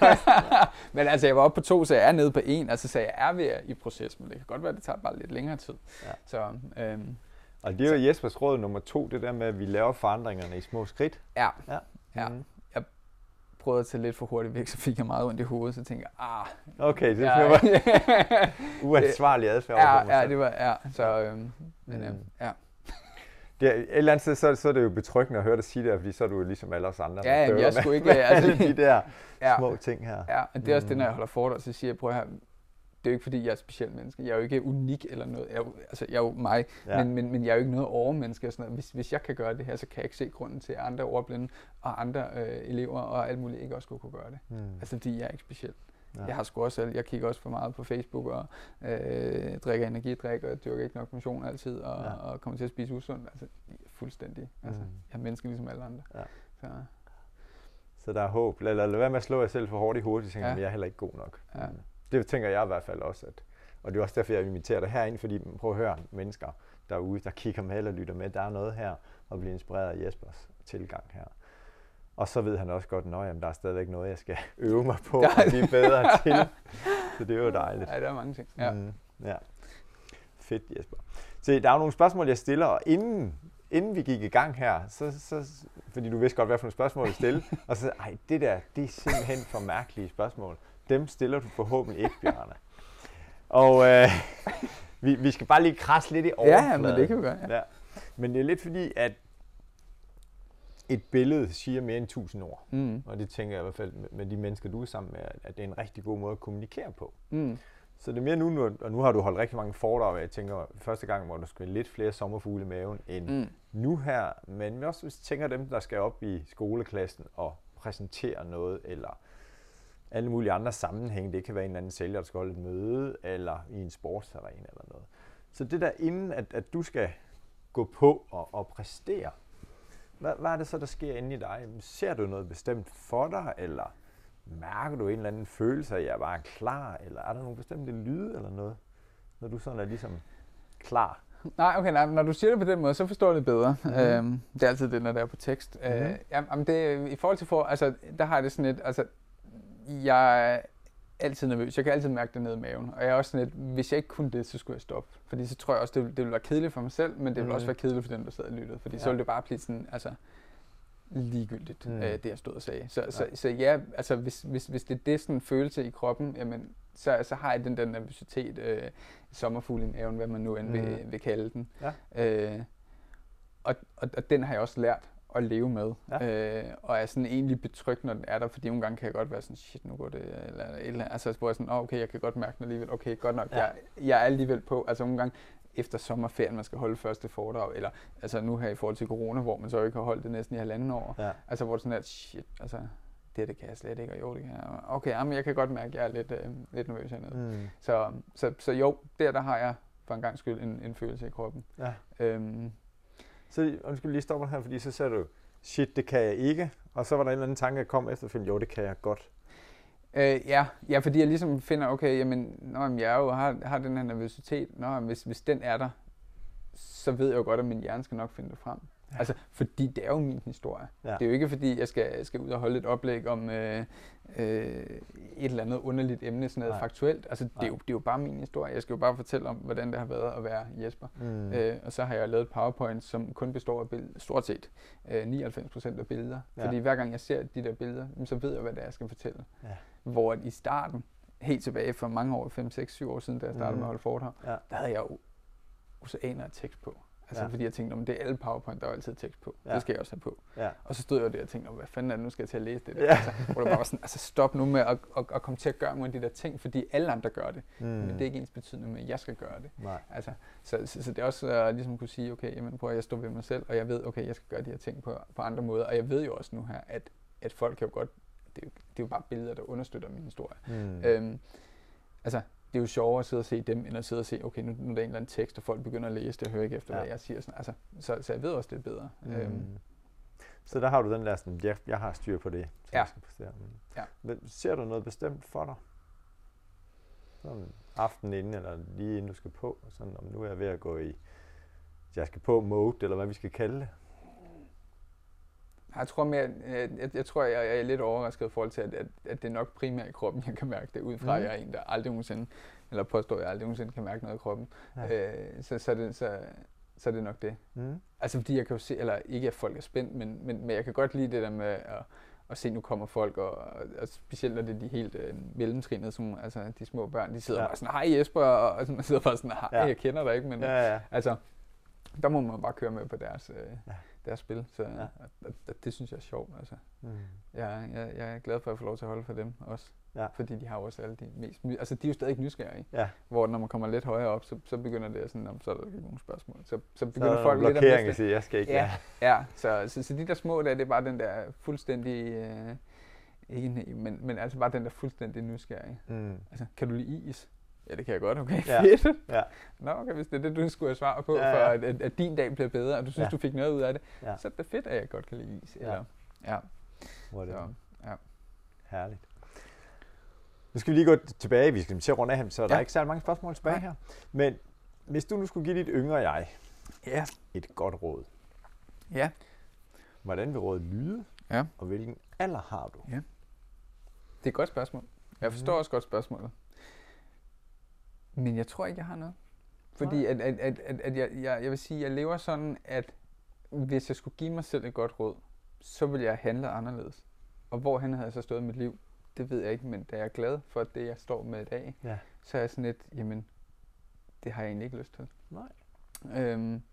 C: Men altså jeg var oppe på to, så jeg er nede på en, altså så jeg er ved i proces, men det kan godt være, at det tager bare lidt længere tid. Ja. Så, øhm,
B: Og det er jo Jespers råd nummer to, det der med, at vi laver forandringerne i små skridt.
C: Ja, ja. ja. Mm. Jeg prøvede at tage lidt for hurtigt væk, så fik jeg meget ondt i hovedet, så tænkte jeg, ah.
B: Okay, det ja, var uansvarlig adfærd.
C: Ja, ja, det var, ja, så, øhm, men, øhm, ja.
B: Ja, et eller andet sted, så, så er det jo betryggende at høre dig sige det, fordi så er du jo ligesom alle os andre.
C: Ja, jamen, jeg skulle ikke...
B: med
C: altså,
B: alle de der
C: ja,
B: små ting her.
C: Ja, og det er også det, når jeg holder foredrag, så siger jeg, prøv her, det er jo ikke fordi, jeg er et specielt menneske. Jeg er jo ikke unik eller noget. Jeg er jo, altså, jeg er jo mig, ja. men, men, men jeg er jo ikke noget overmenneske og sådan noget. Hvis, hvis jeg kan gøre det her, så kan jeg ikke se grunden til, at andre ordblinde og andre øh, elever og alt muligt ikke også skulle kunne gøre det. Mm. Altså, fordi jeg er ikke speciel. Ja. Jeg har sgu også, jeg kigger også for meget på Facebook og øh, drikker energidrik og dyrker ikke nok motion altid og, ja. og kommer til at spise usundt. Altså, fuldstændig. Altså, mm. jeg er menneske ligesom alle andre. Ja. Så.
B: så der er håb. Lad, lad, lad være med at slå jer selv for hårdt i hovedet, og tænker, ja. jeg er heller ikke god nok. Ja. Mm. Det tænker jeg i hvert fald også. At, og det er også derfor, jeg inviterer dig herind, fordi prøv at høre mennesker derude, der kigger med eller lytter med. Der er noget her og bliver inspireret af Jespers tilgang her. Og så ved han også godt, at der er stadigvæk noget, jeg skal øve mig på og blive bedre til. Så det er jo dejligt.
C: Ja, der er mange ting. Ja.
B: Mm, ja. Fedt, Jesper. Så der er jo nogle spørgsmål, jeg stiller, og inden, inden vi gik i gang her, så, så, fordi du vidste godt, hvad for nogle spørgsmål jeg stille, og så ej, det der, det er simpelthen for mærkelige spørgsmål. Dem stiller du forhåbentlig ikke, Bjarne. Og øh, vi, vi skal bare lige krasse lidt i overfladen.
C: Ja, men det kan vi gøre, ja.
B: Ja. Men det er lidt fordi, at et billede siger mere end tusind ord. Mm. Og det tænker jeg i hvert fald med, med de mennesker, du er sammen med, at det er en rigtig god måde at kommunikere på. Mm. Så det er mere nu, og nu har du holdt rigtig mange foredrag, og jeg tænker, første gang, hvor du skal lidt flere sommerfugle i maven end mm. nu her. Men også hvis du tænker dem, der skal op i skoleklassen og præsentere noget, eller alle mulige andre sammenhænge. Det kan være en eller anden sælger, der skal holde et møde, eller i en sportsarena eller noget. Så det der inden, at, at du skal gå på og, og præstere, hvad, hvad er det så, der sker inde i dig? Ser du noget bestemt for dig, eller mærker du en eller anden følelse af, at jeg er bare klar, eller er der nogle bestemte lyde eller noget, når du sådan er ligesom klar?
C: Nej, okay, nej, når du siger det på den måde, så forstår jeg det bedre. Mm-hmm. Øhm, det er altid det, når det er på tekst. Mm-hmm. Øh, jamen det, i forhold til for, altså, der har jeg det sådan lidt, altså, jeg er altid nervøs. Jeg kan altid mærke det nede i maven. Og jeg er også sådan lidt, hvis jeg ikke kunne det, så skulle jeg stoppe. Fordi så tror jeg også, det ville, det ville være kedeligt for mig selv, men det ville mm. også være kedeligt for den, der sad og lyttede. Fordi ja. så ville det bare blive sådan, altså, ligegyldigt, mm. øh, det jeg stod og sagde. Så ja, så, så ja, altså, hvis, hvis, hvis det er det sådan en følelse i kroppen, jamen, så, så har jeg den der nervøsitet, øh, sommerfuglen i maven, hvad man nu end mm. vil, vil kalde den. Ja. Øh, og, og, og den har jeg også lært at leve med, ja. øh, og er sådan egentlig betrygt, når den er der, fordi nogle gange kan jeg godt være sådan, shit, nu går det, eller et eller andet, altså hvor jeg sådan, oh, okay, jeg kan godt mærke den alligevel, okay, godt nok, ja. jeg, jeg er alligevel på, altså nogle gange efter sommerferien, man skal holde første foredrag, eller altså nu her i forhold til corona, hvor man så ikke har holdt det næsten i halvanden år, ja. altså hvor det sådan er, shit, altså det, det kan jeg slet ikke, og jo, det kan jeg, okay, jamen, jeg kan godt mærke, at jeg er lidt, øh, lidt nervøs hernede, mm. så, så, så jo, der, der har jeg for en gang skyld en, en følelse i kroppen. Ja. Øhm,
B: Så undskyld lige stoppe her, fordi så sagde du, shit, det kan jeg ikke. Og så var der en eller anden tanke, der kom efterfølgende, jo, det kan jeg godt.
C: Øh, ja, ja, fordi jeg ligesom finder, okay, jamen, når jeg jo har, har den her nervøsitet, når hvis, hvis den er der, så ved jeg jo godt, at min hjerne skal nok finde det frem. Ja. Altså, fordi det er jo min historie. Ja. Det er jo ikke, fordi jeg skal, skal ud og holde et oplæg om øh, øh, et eller andet underligt emne, sådan noget Nej. faktuelt. Altså, det er, jo, det er jo bare min historie. Jeg skal jo bare fortælle om, hvordan det har været at være Jesper. Mm. Øh, og så har jeg lavet et PowerPoint, som kun består af billeder, stort set øh, nioghalvfems procent af billeder. Ja. Fordi hver gang jeg ser de der billeder, så ved jeg, hvad det er, jeg skal fortælle. Ja. Hvor i starten, helt tilbage for mange år, fem, seks, syv år siden, da jeg startede mm. med at holde foredrag, ja. der havde jeg jo oceaner af tekst på. Altså ja. fordi jeg tænkte, om det er alle PowerPoint, der er altid tekst på. Ja. Det skal jeg også have på. Ja. Og så stod jeg der og tænkte, hvad fanden er det, nu skal jeg til at læse det der. Ja. Altså, hvor det bare var sådan, altså stop nu med at, at, at komme til at gøre nogle af de der ting, fordi alle andre gør det. Mm. Men det er ikke ens betydende med, at jeg skal gøre det. Altså, så, så, så det er også at ligesom kunne sige, okay, jamen, prøv at jeg står ved mig selv, og jeg ved, okay, jeg skal gøre de her ting på, på andre måder. Og jeg ved jo også nu her, at, at folk kan jo godt, det er jo, det er jo bare billeder, der understøtter min historie. Mm. Øhm, altså, det er jo sjovere at sidde og se dem, end at sidde og se, okay, nu, nu er der en eller anden tekst, og folk begynder at læse det og hører ikke efter, ja. hvad jeg siger. Sådan, altså, så, så jeg ved også, det er bedre. Mm. Øhm.
B: Så der har du den der sådan, jeg, jeg har styr på det. Så
C: ja.
B: Jeg skal præstere.
C: Ja.
B: Men ser du noget bestemt for dig? Sådan aftenen inden, eller lige inden du skal på, sådan om nu er jeg ved at gå i, jeg skal på mode, eller hvad vi skal kalde det?
C: Jeg tror, mere, jeg, jeg, jeg, tror, jeg er lidt overrasket i forhold til, at, at, at det er nok primært i kroppen, jeg kan mærke det, ud fra, mm. jeg er en, der aldrig nogensinde, eller påstår, at jeg aldrig nogensinde kan mærke noget i kroppen. Ja. Øh, så, så, det, så, så er det nok det. Mm. Altså fordi jeg kan jo se, eller ikke at folk er spændt, men, men, men jeg kan godt lide det der med at, at se, nu kommer folk, og, og specielt når det er de helt øh, mellemtrinede, som, altså de små børn, de sidder ja. bare sådan, hej Jesper, og, og sådan, man sidder bare sådan, hej, ja. jeg kender dig ikke, men ja, ja. altså, der må man bare køre med på deres, øh,
B: Ja.
C: deres spil. Så
B: Ja.
C: og, og, og det synes jeg er sjovt. Altså.
B: Mm.
C: Jeg, jeg, jeg er glad for at få lov til at holde for dem også.
B: Ja.
C: Fordi de har jo også alle de mest... ny- Altså, de er jo stadig nysgerrige.
B: Ja.
C: Hvor når man kommer lidt højere op, så, så begynder det at sådan, "Nå, så er der ikke nogen spørgsmål. Så, så
B: Så
C: begynder
B: er der
C: folk
B: en
C: lidt at
B: blokering,
C: miste.
B: at sige, jeg skal ikke.
C: Ja, ja. Så, så, så de der små der, det er bare den der fuldstændig... Øh, ikke nej, men, men altså bare den der fuldstændig nysgerrige.
B: Mm.
C: Altså, kan du lide is? Ja, det kan jeg godt. Okay,
B: Ja.
C: fedt.
B: Ja.
C: Nå, okay, hvis det er det, du skulle have svar på,
B: Ja, ja.
C: for at, at, at din dag bliver bedre, og du synes,
B: Ja.
C: du fik noget ud af det,
B: Ja.
C: så er det fedt, at jeg godt kan lide is.
B: Ja.
C: Eller, ja.
B: Hvor er det
C: Så, ja.
B: herligt. Nu skal vi lige gå tilbage. Vi skal til at runde af her, så ja. Der
C: Ja.
B: er ikke særlig mange spørgsmål tilbage
C: Nej.
B: her. Men hvis du nu skulle give dit yngre jeg
C: Ja.
B: et godt råd,
C: Ja.
B: hvordan vil rådet lyde,
C: Ja.
B: og hvilken alder har du?
C: Det er et godt spørgsmål. Jeg forstår
B: Mhm.
C: også godt spørgsmålet. Men jeg tror ikke, jeg har noget. Fordi at, at, at, at, at jeg, jeg, jeg vil sige, at jeg lever sådan, at hvis jeg skulle give mig selv et godt råd, så ville jeg handle anderledes. Og hvorhen havde jeg så stået i mit liv, det ved jeg ikke, men da jeg er glad for det, jeg står med i dag,
B: Ja.
C: så er jeg sådan lidt, jamen, det har jeg egentlig ikke lyst til.
B: Nej.
C: Øhm,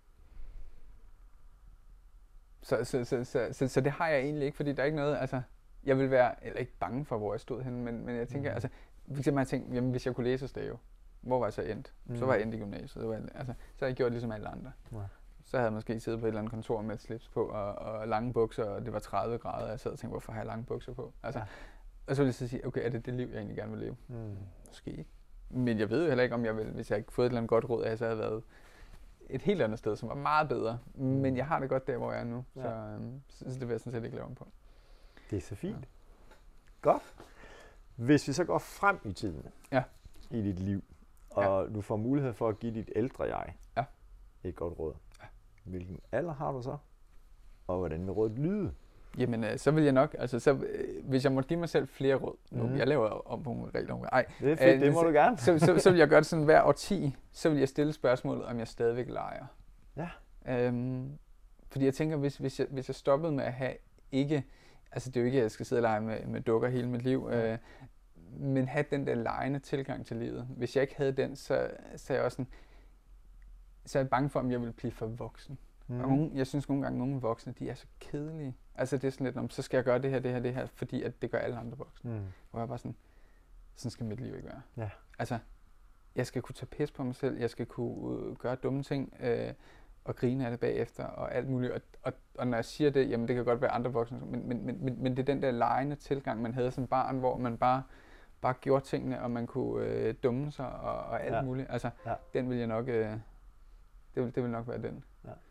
C: så, så, så, så, så, så det har jeg egentlig ikke, fordi der er ikke noget, altså, jeg vil være, eller ikke bange for, hvor jeg stod henne, men, men jeg tænker,
B: Mhm.
C: altså, for eksempel har jeg tænkt, jamen, hvis jeg kunne læse og stave, hvor var jeg så endt? Mm. Så var jeg endt i gymnasiet, så, var jeg, altså, så havde jeg gjort ligesom alle andre.
B: Ja.
C: Så havde jeg måske siddet på et eller andet kontor med et slips på, og, og lange bukser, og det var tredive grader, og jeg sad og tænkte, hvorfor har jeg lange bukser på? Altså,
B: Ja.
C: Og så ville jeg så sige, okay, er det det liv, jeg egentlig gerne vil leve?
B: Mm.
C: Måske ikke. Men jeg ved jo heller ikke, om jeg ville, hvis jeg ikke fået et eller andet godt råd af, så havde jeg været et helt andet sted, som var meget bedre. Men jeg har det godt der, hvor jeg er nu,
B: Ja.
C: så, øhm, så, så det vil jeg sådan set ikke lave om på.
B: Det er så fint. Ja. Godt. Hvis vi så går frem i tiden
C: Ja.
B: i dit liv, og ja. du får mulighed for at give dit ældre jeg
C: Ja.
B: et godt råd.
C: Ja.
B: Hvilken alder har du så? Og hvordan vil rådet lyde?
C: Jamen, øh, så vil jeg nok, altså så, øh, hvis jeg måtte give mig selv flere råd, nu,
B: Mhm.
C: jeg laver om på nogle regler, om- ej,
B: Det er fedt,
C: Øh,
B: det må
C: så-
B: du gerne.
C: så, så, så vil jeg gøre det sådan hver årti, så vil jeg stille spørgsmålet, om jeg stadigvæk leger.
B: Ja.
C: Øhm, fordi jeg tænker, hvis, hvis, jeg, hvis jeg stoppede med at have ikke, altså det er jo ikke, at jeg skal sidde og lege med, med dukker hele mit liv, øh, men have den der legende tilgang til livet. Hvis jeg ikke havde den, så, så er jeg også sådan, så er jeg bange for, om jeg ville blive for voksen. Mm. Og nogle, jeg synes nogle gange, at nogle voksne, de er så kedelige. Altså det er sådan lidt, om så skal jeg gøre det her, det her, det her, fordi at det gør alle andre voksne.
B: Mm.
C: Hvor jeg bare sådan, sådan skal mit liv ikke være.
B: Ja.
C: Altså, jeg skal kunne tage pis på mig selv, jeg skal kunne øh, gøre dumme ting, øh, og grine af det bagefter, og alt muligt. Og, og, og når jeg siger det, jamen det kan godt være andre voksne, men, men, men, men, men det er den der legende tilgang, man havde som barn, hvor man bare, bare gjorde tingene, og man kunne øh, dumme sig, og, og alt
B: Ja.
C: muligt. Altså,
B: Ja.
C: den vil jeg nok, øh, det, vil, det vil nok være den.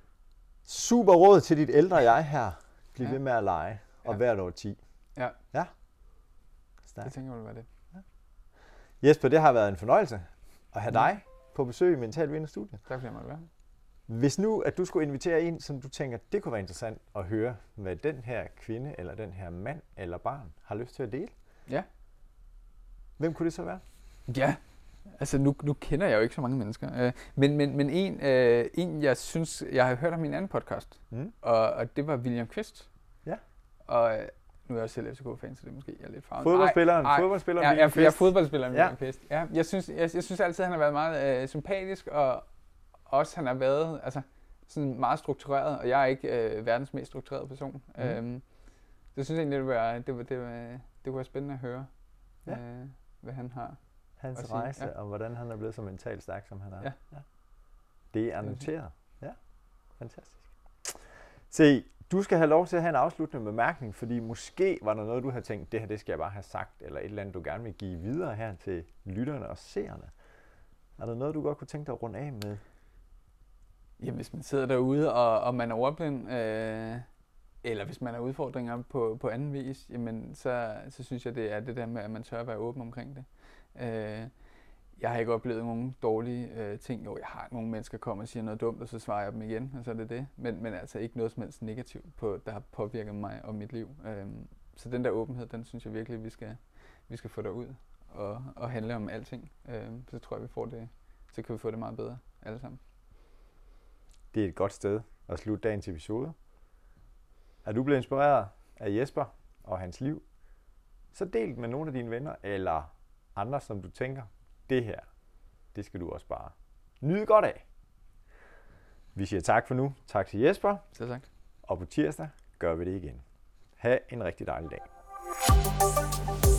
B: Super råd til dit ældre jeg her. Bliv
C: Ja.
B: ved med at lege, og
C: Ja.
B: hvert år ti.
C: Ja.
B: Ja.
C: Jeg
B: Stærkt.
C: tænker, det vil være det.
B: Jesper, det har været en fornøjelse at have
C: Mm.
B: dig på besøg i Mental Vinder Studiet.
C: Tak fordi jeg måtte være.
B: Hvis nu, at du skulle invitere en, som du tænker, det kunne være interessant at høre, hvad den her kvinde, eller den her mand, eller barn, har lyst til at dele.
C: Ja.
B: Hvem kunne det så være?
C: Ja, altså nu, nu kender jeg jo ikke så mange mennesker, øh, men, men, men en, øh, en, jeg synes, jeg har hørt om min anden podcast,
B: Mm.
C: og, og det var William Kvist.
B: Ja.
C: Og øh, nu er jeg selv F C K-fan, så det er måske jeg er lidt farvet.
B: Fodboldspilleren,
C: Ej, ej,
B: fodboldspilleren
C: Ja,
B: William
C: jeg, jeg er
B: Kvist.
C: fodboldspilleren
B: Ja.
C: William Kvist. Ja, jeg, synes, jeg, jeg synes altid, han har været meget øh, sympatisk, og også han har været altså, sådan meget struktureret, og jeg er ikke øh, verdens mest strukturerede person.
B: Mm.
C: Øhm, det synes jeg egentlig, det, var, det, var, det, var, det kunne være spændende at høre,
B: Ja.
C: øh, hvad han har.
B: Hans
C: at sige,
B: rejse,
C: ja.
B: og hvordan han er blevet så mentalt stærk, som han er.
C: Ja.
B: Ja. Det er
C: Det er
B: noteret. Ja, fantastisk. Se, du skal have lov til at have en afsluttende bemærkning, fordi måske var der noget, du havde tænkt, det her det skal jeg bare have sagt, eller et eller andet, du gerne vil give videre her til lytterne og seerne. Er der noget, du godt kunne tænke dig at runde af med?
C: Jamen, hvis man sidder derude, og, og man er ordblind, øh, eller hvis man har udfordringer på, på anden vis, jamen, så, så synes jeg, det er det der med, at man tør at være åben omkring det. Øh, jeg har ikke oplevet nogle dårlige øh, ting. Jo, jeg har nogle mennesker, der kommer og siger noget dumt, og så svarer jeg dem igen, og så er det det. Men, men altså ikke noget som helst negativt, på, der har påvirket mig og mit liv. Øh, så den der åbenhed, den synes jeg virkelig, vi skal, vi skal få derud og, og handle om alting. Øh, så tror jeg, vi får det, så kan vi få det meget bedre alle sammen.
B: Det er et godt sted at slutte dagens episode. Er du blevet inspireret af Jesper og hans liv, så del det med nogle af dine venner, eller andre, som du tænker, det her, det skal du også bare nyde godt af. Vi siger tak for nu. Tak til Jesper.
C: Så tak.
B: Og på tirsdag gør vi det igen. Ha' en rigtig dejlig dag.